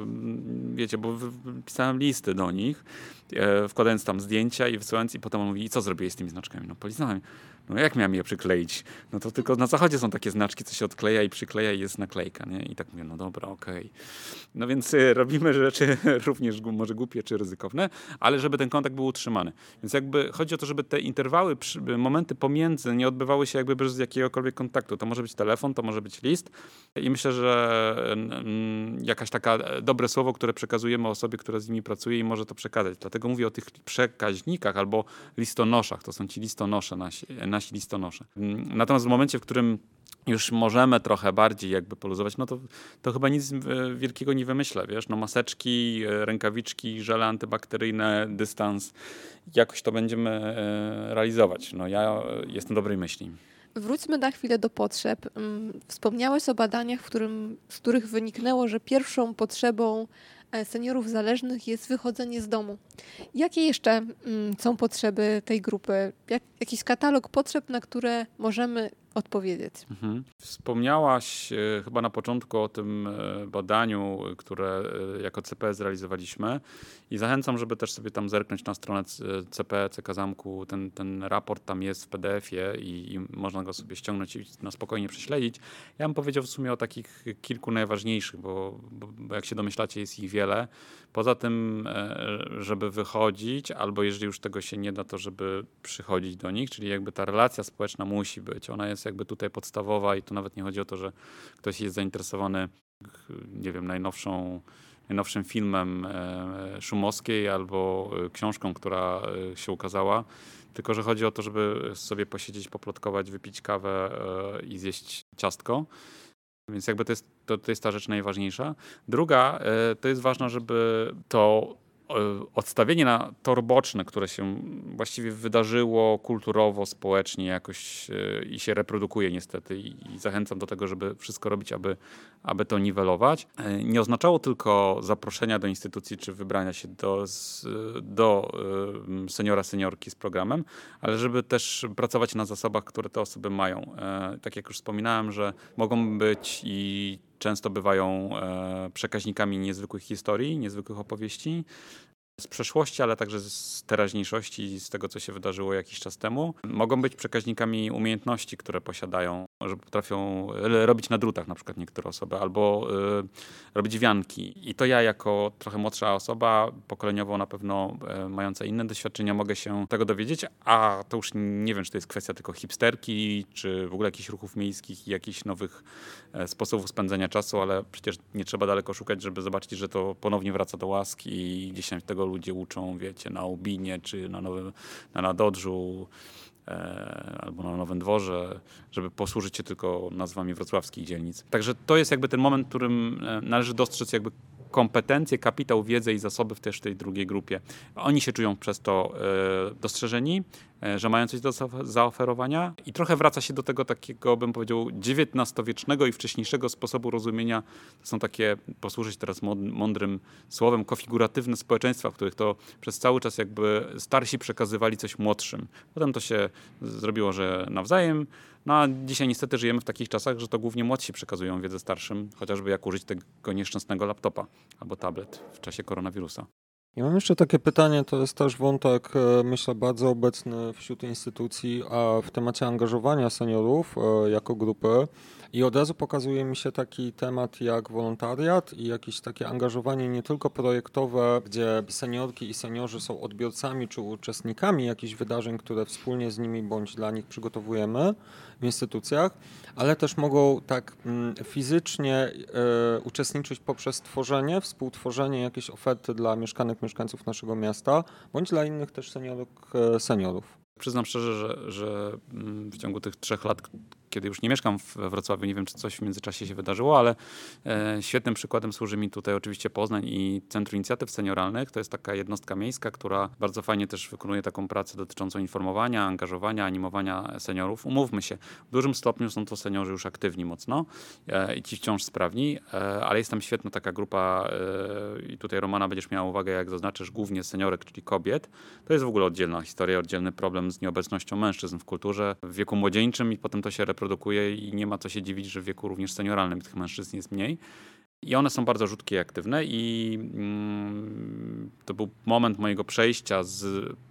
wiecie, bo pisałem listy do nich, wkładając tam zdjęcia i wysyłając i potem on mówi, i co zrobiłeś z tymi znaczkami? No polizałem. No jak miałem je przykleić? No to tylko na zachodzie są takie znaczki, co się odkleja i przykleja i jest naklejka, nie? I tak mówię, no dobra, okej. Okay. No więc robimy rzeczy również może głupie czy ryzykowne, ale żeby ten kontakt był utrzymany. Więc jakby chodzi o to, żeby te interwały, momenty pomiędzy nie odbywały się jakby bez, jak, jakiegokolwiek kontaktu. To może być telefon, to może być list i myślę, że jakaś taka dobre słowo, które przekazujemy osobie, która z nimi pracuje i może to przekazać. Dlatego mówię o tych przekaźnikach albo listonoszach. To są ci listonosze, nasi, nasi listonosze. Natomiast w momencie, w którym już możemy trochę bardziej jakby poluzować, no to, to chyba nic wielkiego nie wymyślę, wiesz, no maseczki, rękawiczki, żele antybakteryjne, dystans, jakoś to będziemy realizować. No ja jestem dobrej myśli. Wróćmy na chwilę do potrzeb. Wspomniałeś o badaniach, w którym, z których wyniknęło, że pierwszą potrzebą seniorów zależnych jest wychodzenie z domu. Jakie jeszcze są potrzeby tej grupy? Jak, jakiś katalog potrzeb, na które możemy odpowiedzieć? Mhm. Wspomniałaś e, chyba na początku o tym e, badaniu, które e, jako C P E zrealizowaliśmy i zachęcam, żeby też sobie tam zerknąć na stronę C P E, C K Zamku. Ten, ten raport tam jest w P D F-ie i, i można go sobie ściągnąć i na spokojnie prześledzić. Ja bym powiedział w sumie o takich kilku najważniejszych, bo, bo, bo jak się domyślacie, jest ich wiele. Poza tym, e, żeby wychodzić, albo jeżeli już tego się nie da, to żeby przychodzić do nich, czyli jakby ta relacja społeczna musi być. Ona jest jakby tutaj podstawowa i tu nawet nie chodzi o to, że ktoś jest zainteresowany, nie wiem, najnowszą, najnowszym filmem e, Szumowskiej albo e, książką, która e, się ukazała, tylko że chodzi o to, żeby sobie posiedzieć, poplotkować, wypić kawę e, i zjeść ciastko. Więc jakby to jest, to, to jest ta rzecz najważniejsza. Druga, e, to jest ważne, żeby to odstawienie na tor boczny, które się właściwie wydarzyło kulturowo, społecznie jakoś i się reprodukuje niestety i zachęcam do tego, żeby wszystko robić, aby, aby to niwelować. Nie oznaczało tylko zaproszenia do instytucji czy wybrania się do, do seniora, seniorki z programem, ale żeby też pracować na zasobach, które te osoby mają. Tak jak już wspominałem, że mogą być i często bywają e, przekaźnikami niezwykłych historii, niezwykłych opowieści z przeszłości, ale także z teraźniejszości, z tego, co się wydarzyło jakiś czas temu. Mogą być przekaźnikami umiejętności, które posiadają, że potrafią robić na drutach na przykład niektóre osoby, albo y, robić wianki. I to ja jako trochę młodsza osoba, pokoleniowo na pewno y, mająca inne doświadczenia, mogę się tego dowiedzieć, a to już nie wiem, czy to jest kwestia tylko hipsterki, czy w ogóle jakichś ruchów miejskich i jakichś nowych y, sposobów spędzania czasu, ale przecież nie trzeba daleko szukać, żeby zobaczyć, że to ponownie wraca do łaski i gdzieś tam tego ludzie uczą, wiecie, na Obinie, czy na, nowym, na Nadodrzu, albo na Nowym Dworze, żeby posłużyć się tylko nazwami wrocławskich dzielnic. Także to jest jakby ten moment, w którym należy dostrzec jakby kompetencje, kapitał, wiedzę i zasoby w też tej drugiej grupie. Oni się czują przez to e, dostrzeżeni, e, że mają coś do zaoferowania i trochę wraca się do tego takiego, bym powiedział, dziewiętnastowiecznego i wcześniejszego sposobu rozumienia. To są takie, posłużyć teraz mądrym słowem, konfiguratywne społeczeństwa, w których to przez cały czas jakby starsi przekazywali coś młodszym. Potem to się zrobiło, że nawzajem. No a dzisiaj niestety żyjemy w takich czasach, że to głównie młodsi przekazują wiedzę starszym, chociażby jak użyć tego nieszczęsnego laptopa albo tablet w czasie koronawirusa. Ja mam jeszcze takie pytanie, to jest też wątek, myślę, bardzo obecny wśród instytucji, a w temacie angażowania seniorów jako grupy. I od razu pokazuje mi się taki temat jak wolontariat i jakieś takie angażowanie nie tylko projektowe, gdzie seniorki i seniorzy są odbiorcami czy uczestnikami jakichś wydarzeń, które wspólnie z nimi bądź dla nich przygotowujemy w instytucjach, ale też mogą tak fizycznie e, uczestniczyć poprzez tworzenie, współtworzenie jakiejś oferty dla mieszkanek, mieszkańców naszego miasta, bądź dla innych też seniorek, seniorów. Przyznam szczerze, że, że w ciągu tych trzech lat, kiedy już nie mieszkam we Wrocławiu, nie wiem, czy coś w międzyczasie się wydarzyło, ale e, świetnym przykładem służy mi tutaj oczywiście Poznań i Centrum Inicjatyw Senioralnych. To jest taka jednostka miejska, która bardzo fajnie też wykonuje taką pracę dotyczącą informowania, angażowania, animowania seniorów. Umówmy się, w dużym stopniu są to seniorzy już aktywni mocno e, i ci wciąż sprawni, e, ale jest tam świetna taka grupa e, i tutaj Romana będziesz miała uwagę, jak zaznaczysz, głównie seniorek, czyli kobiet. To jest w ogóle oddzielna historia, oddzielny problem z nieobecnością mężczyzn w kulturze w wieku młodzieńczym i potem to się reprodukuje i nie ma co się dziwić, że w wieku również senioralnym tych mężczyzn jest mniej. I one są bardzo rzutkie i aktywne i mm, to był moment mojego przejścia z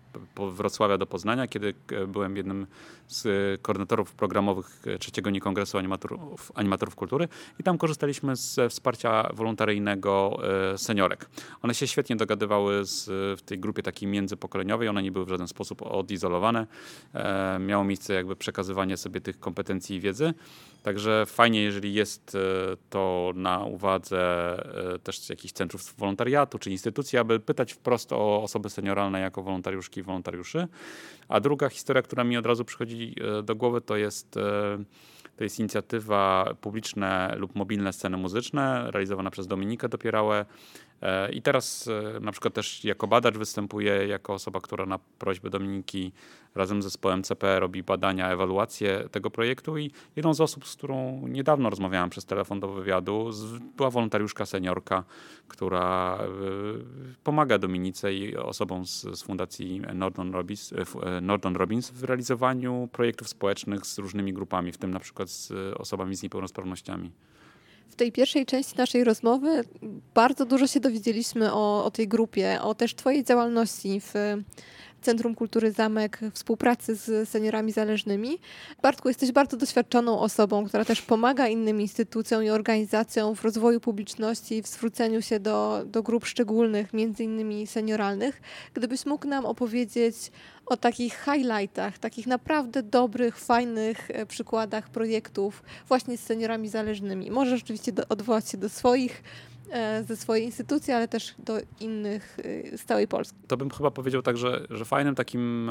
po Wrocławia do Poznania, kiedy byłem jednym z koordynatorów programowych trzeciego Dnia Kongresu Animatorów, Animatorów Kultury i tam korzystaliśmy ze wsparcia wolontaryjnego seniorek. One się świetnie dogadywały z, w tej grupie takiej międzypokoleniowej, one nie były w żaden sposób odizolowane. Miało miejsce jakby przekazywanie sobie tych kompetencji i wiedzy. Także fajnie, jeżeli jest to na uwadze też jakichś centrów wolontariatu czy instytucji, aby pytać wprost o osoby senioralne jako wolontariuszki i wolontariuszy. A druga historia, która mi od razu przychodzi do głowy, to jest, to jest inicjatywa Publiczne lub Mobilne Sceny Muzyczne, realizowana przez Dominikę Dopierałę. I teraz na przykład też jako badacz występuję, jako osoba, która na prośbę Dominiki razem z zespołem C P robi badania, ewaluację tego projektu i jedną z osób, z którą niedawno rozmawiałem przez telefon do wywiadu, była wolontariuszka seniorka, która pomaga Dominice i osobom z, z Fundacji Norton Robbins, Norton Robbins w realizowaniu projektów społecznych z różnymi grupami, w tym na przykład z osobami z niepełnosprawnościami. W tej pierwszej części naszej rozmowy bardzo dużo się dowiedzieliśmy o, o tej grupie, o też twojej działalności w Centrum Kultury Zamek, współpracy z seniorami zależnymi. Bartku, jesteś bardzo doświadczoną osobą, która też pomaga innym instytucjom i organizacjom w rozwoju publiczności, w zwróceniu się do, do grup szczególnych, między innymi senioralnych. Gdybyś mógł nam opowiedzieć o takich highlightach, takich naprawdę dobrych, fajnych przykładach projektów właśnie z seniorami zależnymi. Możesz oczywiście do, odwołać się do swoich, ze swojej instytucji, ale też do innych z całej Polski. To bym chyba powiedział tak, że, że fajnym takim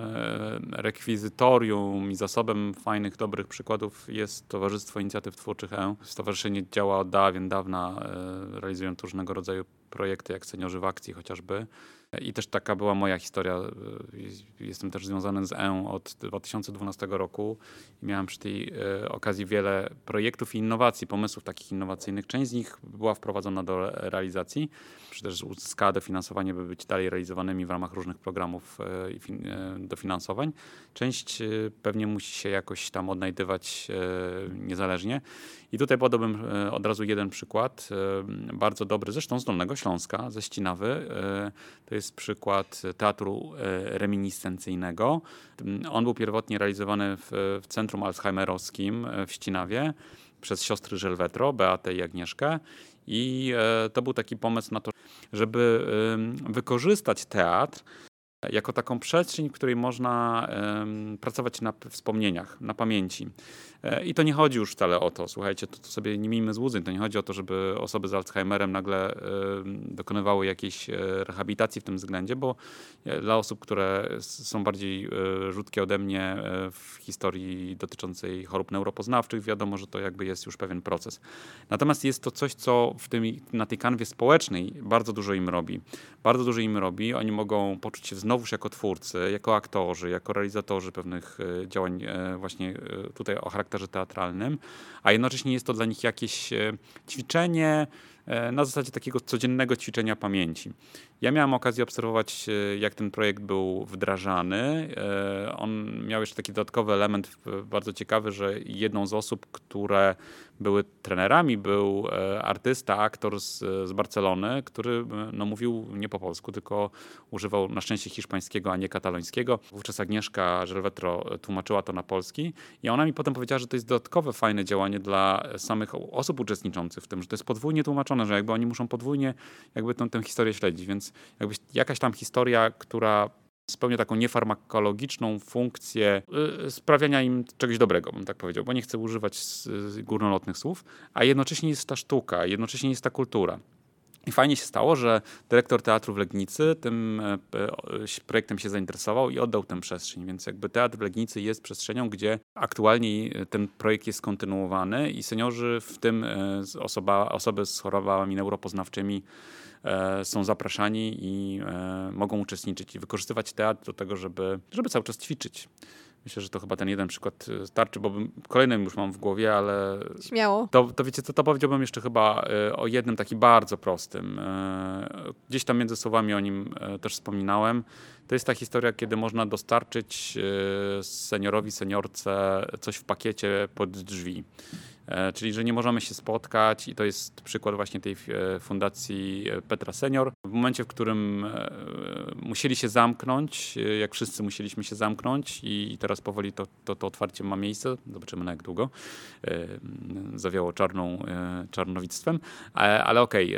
rekwizytorium i zasobem fajnych, dobrych przykładów jest Towarzystwo Inicjatyw Twórczych E. Stowarzyszenie działa od dawien dawna, realizując różnego rodzaju projekty, jak Seniorzy w Akcji chociażby. I też taka była moja historia. Jestem też związany z E od dwa tysiące dwunastego roku i miałem przy tej okazji wiele projektów i innowacji, pomysłów takich innowacyjnych. Część z nich była wprowadzona do realizacji, czy też uzyskała dofinansowanie, by być dalej realizowanymi w ramach różnych programów i dofinansowań. Część pewnie musi się jakoś tam odnajdywać niezależnie. I tutaj podałbym od razu jeden przykład, bardzo dobry, zresztą z Dolnego Śląska, ze Ścinawy. To jest przykład teatru reminiscencyjnego. On był pierwotnie realizowany w, w Centrum Alzheimerowskim w Ścinawie przez siostry Żelwetro, Beatę i Agnieszkę. I to był taki pomysł na to, żeby wykorzystać teatr jako taką przestrzeń, w której można um, pracować na wspomnieniach, na pamięci. E, I to nie chodzi już wcale o to, słuchajcie, to, to sobie nie miejmy złudzeń, to nie chodzi o to, żeby osoby z Alzheimerem nagle e, dokonywały jakiejś e, rehabilitacji w tym względzie, bo e, dla osób, które są bardziej e, rzutkie ode mnie e, w historii dotyczącej chorób neuropoznawczych, wiadomo, że to jakby jest już pewien proces. Natomiast jest to coś, co w tym, na tej kanwie społecznej bardzo dużo im robi. Bardzo dużo im robi, oni mogą poczuć się znowuż jako twórcy, jako aktorzy, jako realizatorzy pewnych działań właśnie tutaj o charakterze teatralnym, a jednocześnie jest to dla nich jakieś ćwiczenie na zasadzie takiego codziennego ćwiczenia pamięci. Ja miałem okazję obserwować, jak ten projekt był wdrażany. On miał jeszcze taki dodatkowy element bardzo ciekawy, że jedną z osób, które były trenerami, był artysta, aktor z, z Barcelony, który no, mówił nie po polsku, tylko używał na szczęście hiszpańskiego, a nie katalońskiego. Wówczas Agnieszka Żelwetro tłumaczyła to na polski i ona mi potem powiedziała, że to jest dodatkowe fajne działanie dla samych osób uczestniczących w tym, że to jest podwójnie tłumaczone, że jakby oni muszą podwójnie jakby tę, tę historię śledzić, więc jakby jakaś tam historia, która spełnia taką niefarmakologiczną funkcję y, sprawiania im czegoś dobrego, bym tak powiedział, bo nie chcę używać z, z górnolotnych słów, a jednocześnie jest ta sztuka, jednocześnie jest ta kultura. I fajnie się stało, że dyrektor teatru w Legnicy tym projektem się zainteresował i oddał tę przestrzeń, więc jakby teatr w Legnicy jest przestrzenią, gdzie aktualnie ten projekt jest kontynuowany i seniorzy, w tym osoba, osoby z chorobami neuropoznawczymi są zapraszani i mogą uczestniczyć i wykorzystywać teatr do tego, żeby, żeby cały czas ćwiczyć. Myślę, że to chyba ten jeden przykład starczy, bo bym, kolejnym już mam w głowie, ale... Śmiało. To, to wiecie co, to powiedziałbym jeszcze chyba o jednym takim bardzo prostym. Gdzieś tam między słowami o nim też wspominałem. To jest ta historia, kiedy można dostarczyć seniorowi, seniorce coś w pakiecie pod drzwi. czyli że nie możemy się spotkać i to jest przykład właśnie tej fundacji Petra Senior. W momencie, w którym musieli się zamknąć, jak wszyscy musieliśmy się zamknąć i teraz powoli to, to, to otwarcie ma miejsce, zobaczymy na jak długo, zawiało czarną, czarnowictwem, ale okej.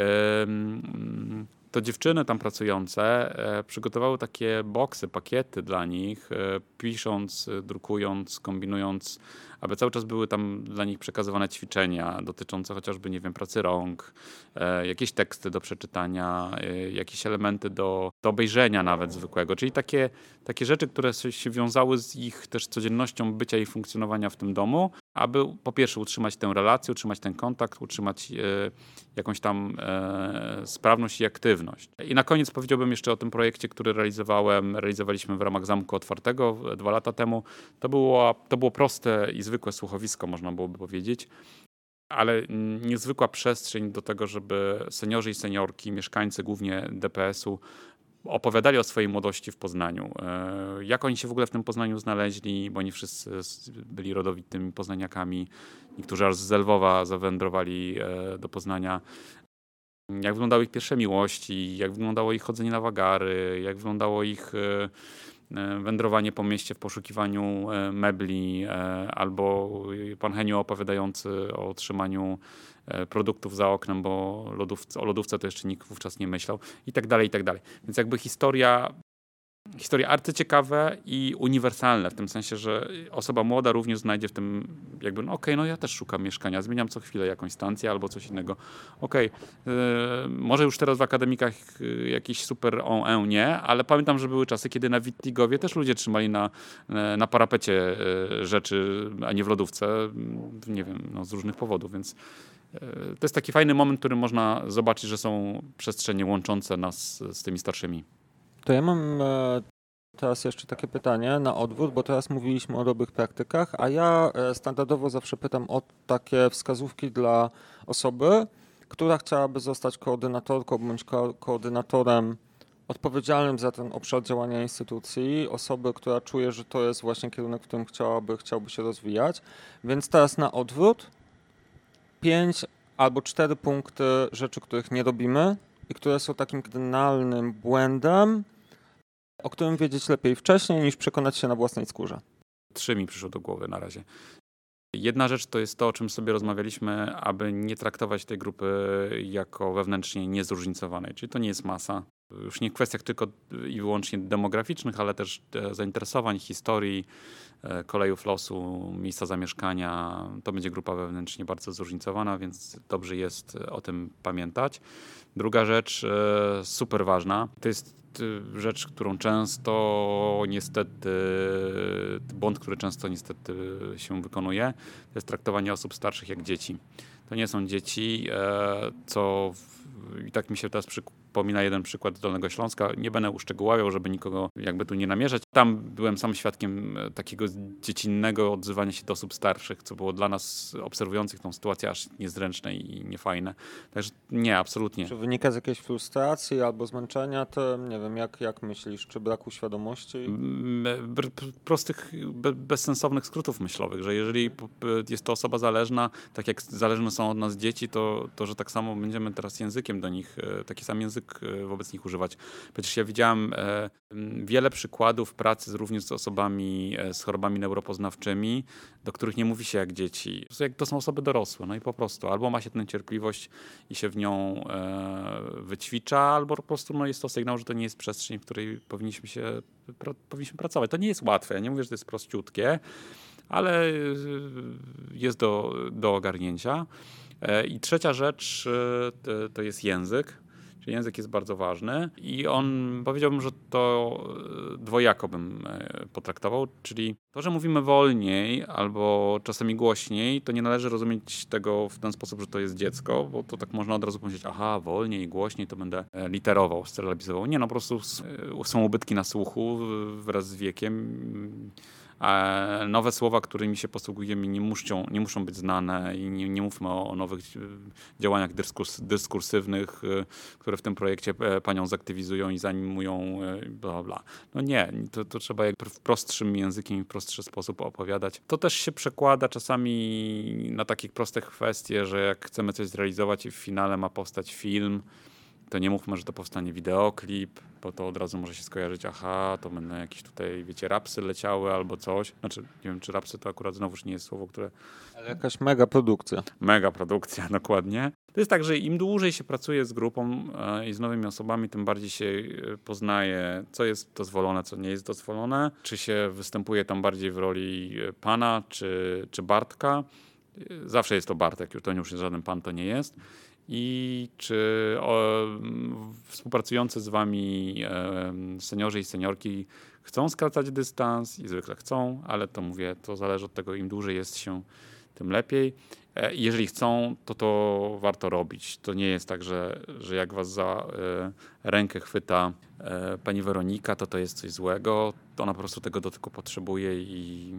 Okay. To dziewczyny tam pracujące e, przygotowały takie boksy, pakiety dla nich, e, pisząc, drukując, kombinując, aby cały czas były tam dla nich przekazywane ćwiczenia dotyczące chociażby, nie wiem, pracy rąk, e, jakieś teksty do przeczytania, e, jakieś elementy do, do obejrzenia nawet zwykłego, czyli takie, takie rzeczy, które się wiązały z ich też codziennością bycia i funkcjonowania w tym domu, aby po pierwsze utrzymać tę relację, utrzymać ten kontakt, utrzymać e, jakąś tam e, sprawność i aktywność. I na koniec powiedziałbym jeszcze o tym projekcie, który realizowałem, realizowaliśmy w ramach Zamku Otwartego dwa lata temu. To było, to było proste i zwykłe słuchowisko, można byłoby powiedzieć, ale niezwykła przestrzeń do tego, żeby seniorzy i seniorki, mieszkańcy głównie D P S-u opowiadali o swojej młodości w Poznaniu. Jak oni się w ogóle w tym Poznaniu znaleźli, bo nie wszyscy byli rodowitymi poznaniakami. Niektórzy aż z Lwowa zawędrowali do Poznania. Jak wyglądały ich pierwsze miłości, jak wyglądało ich chodzenie na wagary, jak wyglądało ich wędrowanie po mieście w poszukiwaniu mebli, albo pan Henio opowiadający o otrzymaniu produktów za oknem, bo lodówce, o lodówce to jeszcze nikt wówczas nie myślał i tak dalej, i tak dalej. Więc jakby historia, historie arcyciekawe i uniwersalne, w tym sensie, że osoba młoda również znajdzie w tym jakby, no okej, okay, no ja też szukam mieszkania, zmieniam co chwilę jakąś stację albo coś innego. Okej, okay, yy, może już teraz w akademikach yy, jakiś super on nie, ale pamiętam, że były czasy, kiedy na Wittigowie też ludzie trzymali na, na parapecie yy, rzeczy, a nie w lodówce, yy, nie wiem, no, z różnych powodów, więc to jest taki fajny moment, w którym można zobaczyć, że są przestrzenie łączące nas z tymi starszymi. To ja mam teraz jeszcze takie pytanie na odwrót, bo teraz mówiliśmy o dobrych praktykach, a ja standardowo zawsze pytam o takie wskazówki dla osoby, która chciałaby zostać koordynatorką bądź ko- koordynatorem odpowiedzialnym za ten obszar działania instytucji, osoby, która czuje, że to jest właśnie kierunek, w którym chciałaby, chciałby się rozwijać. Więc teraz na odwrót. Pięć albo cztery punkty rzeczy, których nie robimy i które są takim kardynalnym błędem, o którym wiedzieć lepiej wcześniej, niż przekonać się na własnej skórze. Trzy mi przyszło do głowy na razie. Jedna rzecz to jest to, o czym sobie rozmawialiśmy, aby nie traktować tej grupy jako wewnętrznie niezróżnicowanej. Czyli to nie jest masa. Już nie w kwestiach tylko i wyłącznie demograficznych, ale też zainteresowań, historii, kolejów losu, miejsca zamieszkania. To będzie grupa wewnętrznie bardzo zróżnicowana, więc dobrze jest o tym pamiętać. Druga rzecz, super ważna, to jest rzecz, którą często niestety, błąd, który często niestety się wykonuje, to jest traktowanie osób starszych jak dzieci. To nie są dzieci, co i tak mi się teraz przypomina jeden przykład z Dolnego Śląska. Nie będę uszczegóławiał, żeby nikogo jakby tu nie namierzać. Tam byłem sam świadkiem takiego dziecinnego odzywania się do osób starszych, co było dla nas obserwujących tą sytuację aż niezręczne i niefajne. Także nie, absolutnie. Czy wynika z jakiejś frustracji albo zmęczenia tym? Nie wiem, jak, jak myślisz? Czy braku świadomości? Prostych, bezsensownych skrótów myślowych, że jeżeli jest to osoba zależna, tak jak zależne są od nas dzieci, to, to że tak samo będziemy teraz językiem do nich, taki sam język wobec nich używać. Przecież ja widziałem wiele przykładów pracy również z osobami z chorobami neuropoznawczymi, do których nie mówi się jak dzieci. To są osoby dorosłe, no i po prostu albo ma się tę cierpliwość i się w nią wyćwicza, albo po prostu no, jest to sygnał, że to nie jest przestrzeń, w której powinniśmy się pra, powinniśmy pracować. To nie jest łatwe, ja nie mówię, że to jest prościutkie, ale jest do, do ogarnięcia. I trzecia rzecz to, to jest język. Czyli język jest bardzo ważny i on, powiedziałbym, że to dwojako bym potraktował, czyli to, że mówimy wolniej albo czasami głośniej, to nie należy rozumieć tego w ten sposób, że to jest dziecko, bo to tak można od razu powiedzieć, aha, wolniej, głośniej, to będę literował, syllabizował. Nie, no po prostu są ubytki na słuchu wraz z wiekiem, E, nowe słowa, którymi się posługujemy, nie muszą, nie muszą być znane i nie, nie mówmy o, o nowych działaniach dyskurs, dyskursywnych, y, które w tym projekcie panią zaktywizują i zanimują, y, bla, bla. No nie, to, to trzeba jakby w prostszym językiem, w prostszy sposób opowiadać. To też się przekłada czasami na takie proste kwestie, że jak chcemy coś zrealizować i w finale ma powstać film, to nie mówmy, że to powstanie wideoklip, bo to od razu może się skojarzyć, aha, to będą jakieś tutaj, wiecie, rapsy leciały albo coś. Znaczy, nie wiem, czy rapsy to akurat znowuż nie jest słowo, które... Ale jakaś mega produkcja. Mega produkcja, dokładnie. To jest tak, że im dłużej się pracuje z grupą e, i z nowymi osobami, tym bardziej się e, poznaje, co jest dozwolone, co nie jest dozwolone. Czy się występuje tam bardziej w roli pana, czy, czy Bartka. Zawsze jest to Bartek, to już jest żaden pan, to nie jest. I czy o, współpracujący z wami e, seniorzy i seniorki chcą skracać dystans i zwykle chcą, ale to mówię, to zależy od tego, im dłużej jest się, tym lepiej. E, jeżeli chcą, to to warto robić. To nie jest tak, że, że jak was za e, rękę chwyta e, pani Weronika, to to jest coś złego. To ona po prostu tego dotyku potrzebuje i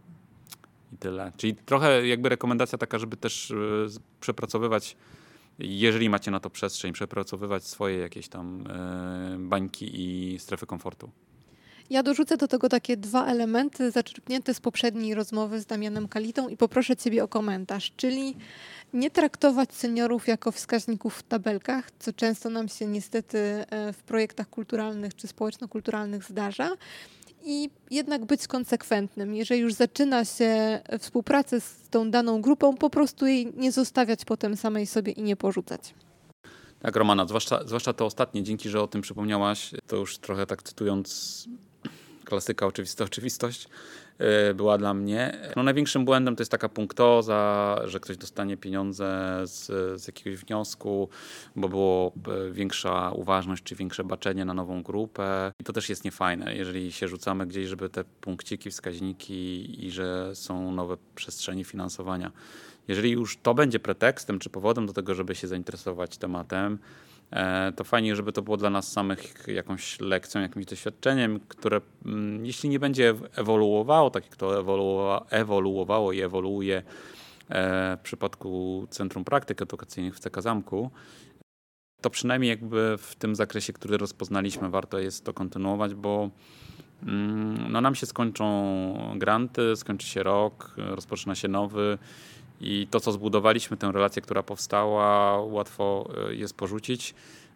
i tyle. Czyli trochę jakby rekomendacja taka, żeby też e, przepracowywać, jeżeli macie na to przestrzeń, przepracowywać swoje jakieś tam e, bańki i strefy komfortu. Ja dorzucę do tego takie dwa elementy zaczerpnięte z poprzedniej rozmowy z Damianem Kalitą i poproszę Ciebie o komentarz, czyli nie traktować seniorów jako wskaźników w tabelkach, co często nam się niestety w projektach kulturalnych czy społeczno-kulturalnych zdarza, i jednak być konsekwentnym. Jeżeli już zaczyna się współpracę z tą daną grupą, po prostu jej nie zostawiać potem samej sobie i nie porzucać. Tak, Romana, zwłaszcza, zwłaszcza to ostatnie, dzięki, że o tym przypomniałaś, to już trochę tak cytując klasyka Oczywista Oczywistość, yy, była dla mnie. No, największym błędem to jest taka punktoza, że ktoś dostanie pieniądze z, z jakiegoś wniosku, bo było większa uważność czy większe baczenie na nową grupę. I to też jest niefajne, jeżeli się rzucamy gdzieś, żeby te punkciki, wskaźniki i że są nowe przestrzenie finansowania. Jeżeli już to będzie pretekstem czy powodem do tego, żeby się zainteresować tematem, to fajnie, żeby to było dla nas samych jakąś lekcją, jakimś doświadczeniem, które jeśli nie będzie ewoluowało, tak jak to ewoluowa- ewoluowało i ewoluuje w przypadku Centrum Praktyk Edukacyjnych w C K Zamku, to przynajmniej jakby w tym zakresie, który rozpoznaliśmy, warto jest to kontynuować, bo no, nam się skończą granty, skończy się rok, rozpoczyna się nowy. I to, co zbudowaliśmy, tę relację, która powstała, łatwo jest porzucić.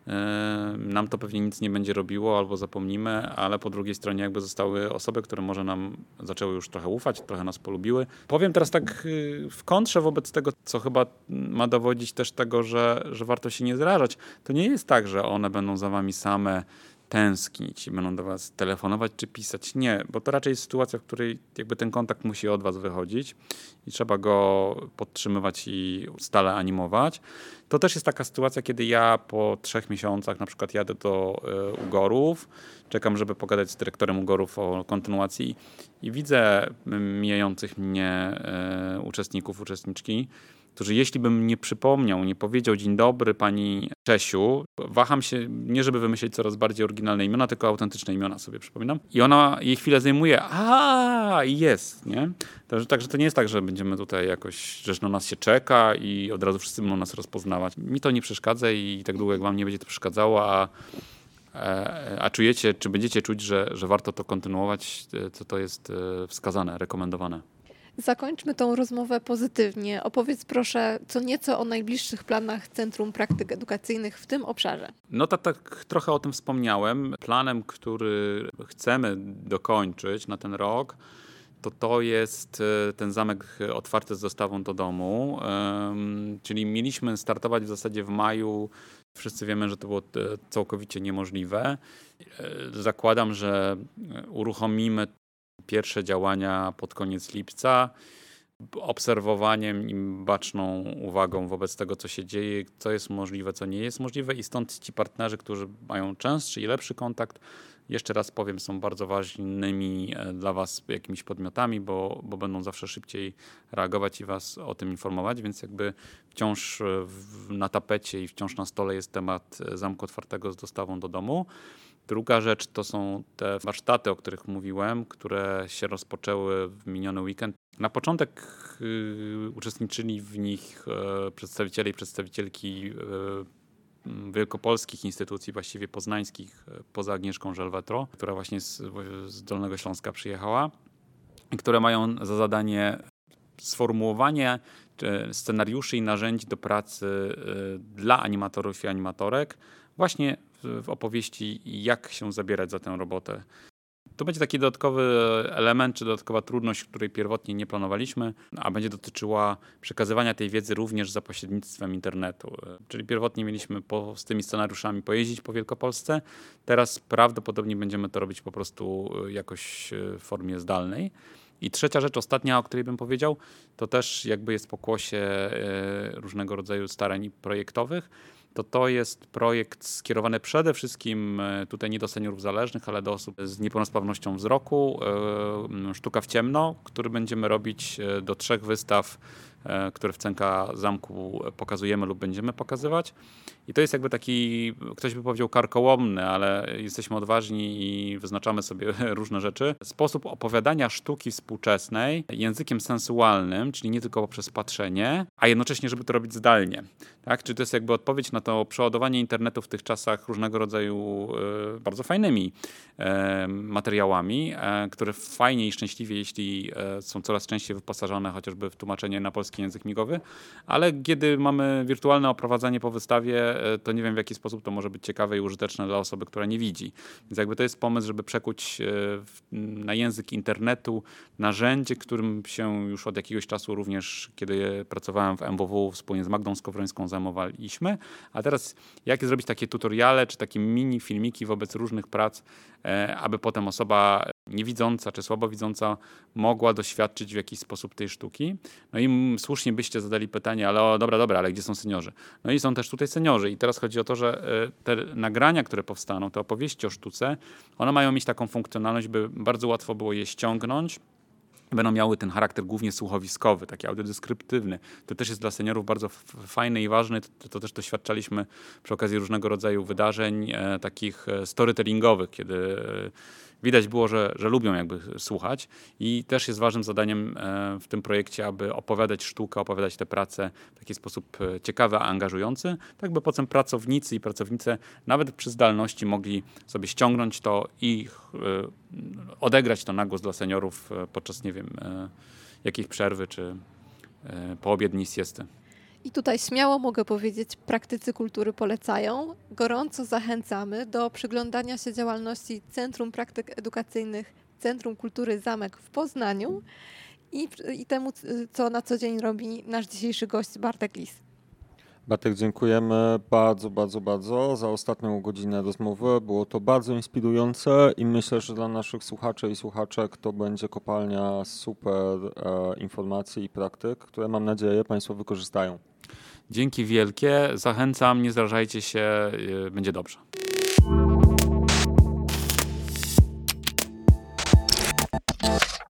Nam to pewnie nic nie będzie robiło albo zapomnimy, ale po drugiej stronie jakby zostały osoby, które może nam zaczęły już trochę ufać, trochę nas polubiły. Powiem teraz tak w kontrze wobec tego, co chyba ma dowodzić też tego, że, że warto się nie zrażać. To nie jest tak, że one będą za wami same tęsknić i będą do was telefonować czy pisać. Nie, bo to raczej jest sytuacja, w której jakby ten kontakt musi od was wychodzić i trzeba go podtrzymywać i stale animować. To też jest taka sytuacja, kiedy ja po trzech miesiącach na przykład jadę do y, Ugorów, czekam, żeby pogadać z dyrektorem Ugorów o kontynuacji i widzę mijających mnie y, uczestników, uczestniczki, którzy jeśli bym nie przypomniał, nie powiedział dzień dobry pani Czesiu, waham się, nie żeby wymyślić coraz bardziej oryginalne imiona, tylko autentyczne imiona sobie przypominam. I ona jej chwilę zajmuje, a jest, nie? Także, także to nie jest tak, że będziemy tutaj jakoś, że na nas się czeka i od razu wszyscy będą nas rozpoznawać. Mi to nie przeszkadza i tak długo jak wam nie będzie to przeszkadzało, a, a czujecie, czy będziecie czuć, że, że warto to kontynuować, to to jest wskazane, rekomendowane. Zakończmy tą rozmowę pozytywnie. Opowiedz proszę co nieco o najbliższych planach Centrum Praktyk Edukacyjnych w tym obszarze. No tak, tak trochę o tym wspomniałem. Planem, który chcemy dokończyć na ten rok, to to jest ten zamek otwarty z dostawą do domu. Um, czyli mieliśmy startować w zasadzie w maju. Wszyscy wiemy, że to było całkowicie niemożliwe. Zakładam, że uruchomimy pierwsze działania pod koniec lipca, obserwowaniem i baczną uwagą wobec tego, co się dzieje, co jest możliwe, co nie jest możliwe i stąd ci partnerzy, którzy mają częstszy i lepszy kontakt, jeszcze raz powiem, są bardzo ważnymi dla was jakimiś podmiotami, bo, bo będą zawsze szybciej reagować i was o tym informować, więc jakby wciąż w, na tapecie i wciąż na stole jest temat zamku otwartego z dostawą do domu. Druga rzecz to są te warsztaty, o których mówiłem, które się rozpoczęły w miniony weekend. Na początek y, uczestniczyli w nich y, przedstawiciele i przedstawicielki y, wielkopolskich instytucji, właściwie poznańskich, poza Agnieszką Żelwetro, która właśnie z, z Dolnego Śląska przyjechała, i które mają za zadanie sformułowanie scenariuszy i narzędzi do pracy dla animatorów i animatorek, właśnie w opowieści, jak się zabierać za tę robotę. To będzie taki dodatkowy element, czy dodatkowa trudność, której pierwotnie nie planowaliśmy, a będzie dotyczyła przekazywania tej wiedzy również za pośrednictwem internetu. Czyli pierwotnie mieliśmy po, z tymi scenariuszami pojeździć po Wielkopolsce, teraz prawdopodobnie będziemy to robić po prostu jakoś w formie zdalnej. I trzecia rzecz, ostatnia, o której bym powiedział, to też jakby jest pokłosie różnego rodzaju starań projektowych. To to jest projekt skierowany przede wszystkim tutaj nie do seniorów zależnych, ale do osób z niepełnosprawnością wzroku. Sztuka w ciemno, który będziemy robić do trzech wystaw, które w C N K Zamku pokazujemy lub będziemy pokazywać. I to jest jakby taki, ktoś by powiedział karkołomny, ale jesteśmy odważni i wyznaczamy sobie różne rzeczy. Sposób opowiadania sztuki współczesnej językiem sensualnym, czyli nie tylko poprzez patrzenie, a jednocześnie, żeby to robić zdalnie. Tak? Czyli to jest jakby odpowiedź na to przeładowanie internetu w tych czasach różnego rodzaju e, bardzo fajnymi e, materiałami, e, które fajnie i szczęśliwie, jeśli e, są coraz częściej wyposażone chociażby w tłumaczenie na polski język migowy, ale kiedy mamy wirtualne oprowadzanie po wystawie, to nie wiem, w jaki sposób to może być ciekawe i użyteczne dla osoby, która nie widzi. Więc jakby to jest pomysł, żeby przekuć na język internetu narzędzie, którym się już od jakiegoś czasu również, kiedy pracowałem w M W W wspólnie z Magdą Skowrońską, zajmowaliśmy. A teraz jak zrobić takie tutoriale, czy takie mini filmiki wobec różnych prac, aby potem osoba niewidząca czy słabowidząca mogła doświadczyć w jakiś sposób tej sztuki. No i słusznie byście zadali pytanie, ale o, dobra, dobra, ale gdzie są seniorzy? No i są też tutaj seniorzy i teraz chodzi o to, że te nagrania, które powstaną, te opowieści o sztuce, one mają mieć taką funkcjonalność, by bardzo łatwo było je ściągnąć. Będą miały ten charakter głównie słuchowiskowy, taki audiodeskryptywny. To też jest dla seniorów bardzo fajne i ważne. To, to też doświadczaliśmy przy okazji różnego rodzaju wydarzeń, e, takich storytellingowych, kiedy e, widać było, że, że lubią jakby słuchać i też jest ważnym zadaniem e, w tym projekcie, aby opowiadać sztukę, opowiadać te prace w taki sposób ciekawy, a angażujący, tak by potem pracownicy i pracownice nawet przy zdalności mogli sobie ściągnąć to i e, odegrać to na głos dla seniorów podczas, nie wiem, e, jakiejś przerwy czy e, poobiedniej siesty. I tutaj śmiało mogę powiedzieć, praktycy kultury polecają. Gorąco zachęcamy do przyglądania się działalności Centrum Praktyk Edukacyjnych Centrum Kultury Zamek w Poznaniu i, i temu, co na co dzień robi nasz dzisiejszy gość Bartek Lis. Bartek, dziękujemy bardzo, bardzo, bardzo za ostatnią godzinę rozmowy. Było to bardzo inspirujące i myślę, że dla naszych słuchaczy i słuchaczek to będzie kopalnia super e, informacji i praktyk, które mam nadzieję Państwo wykorzystają. Dzięki wielkie. Zachęcam, nie zrażajcie się, będzie dobrze.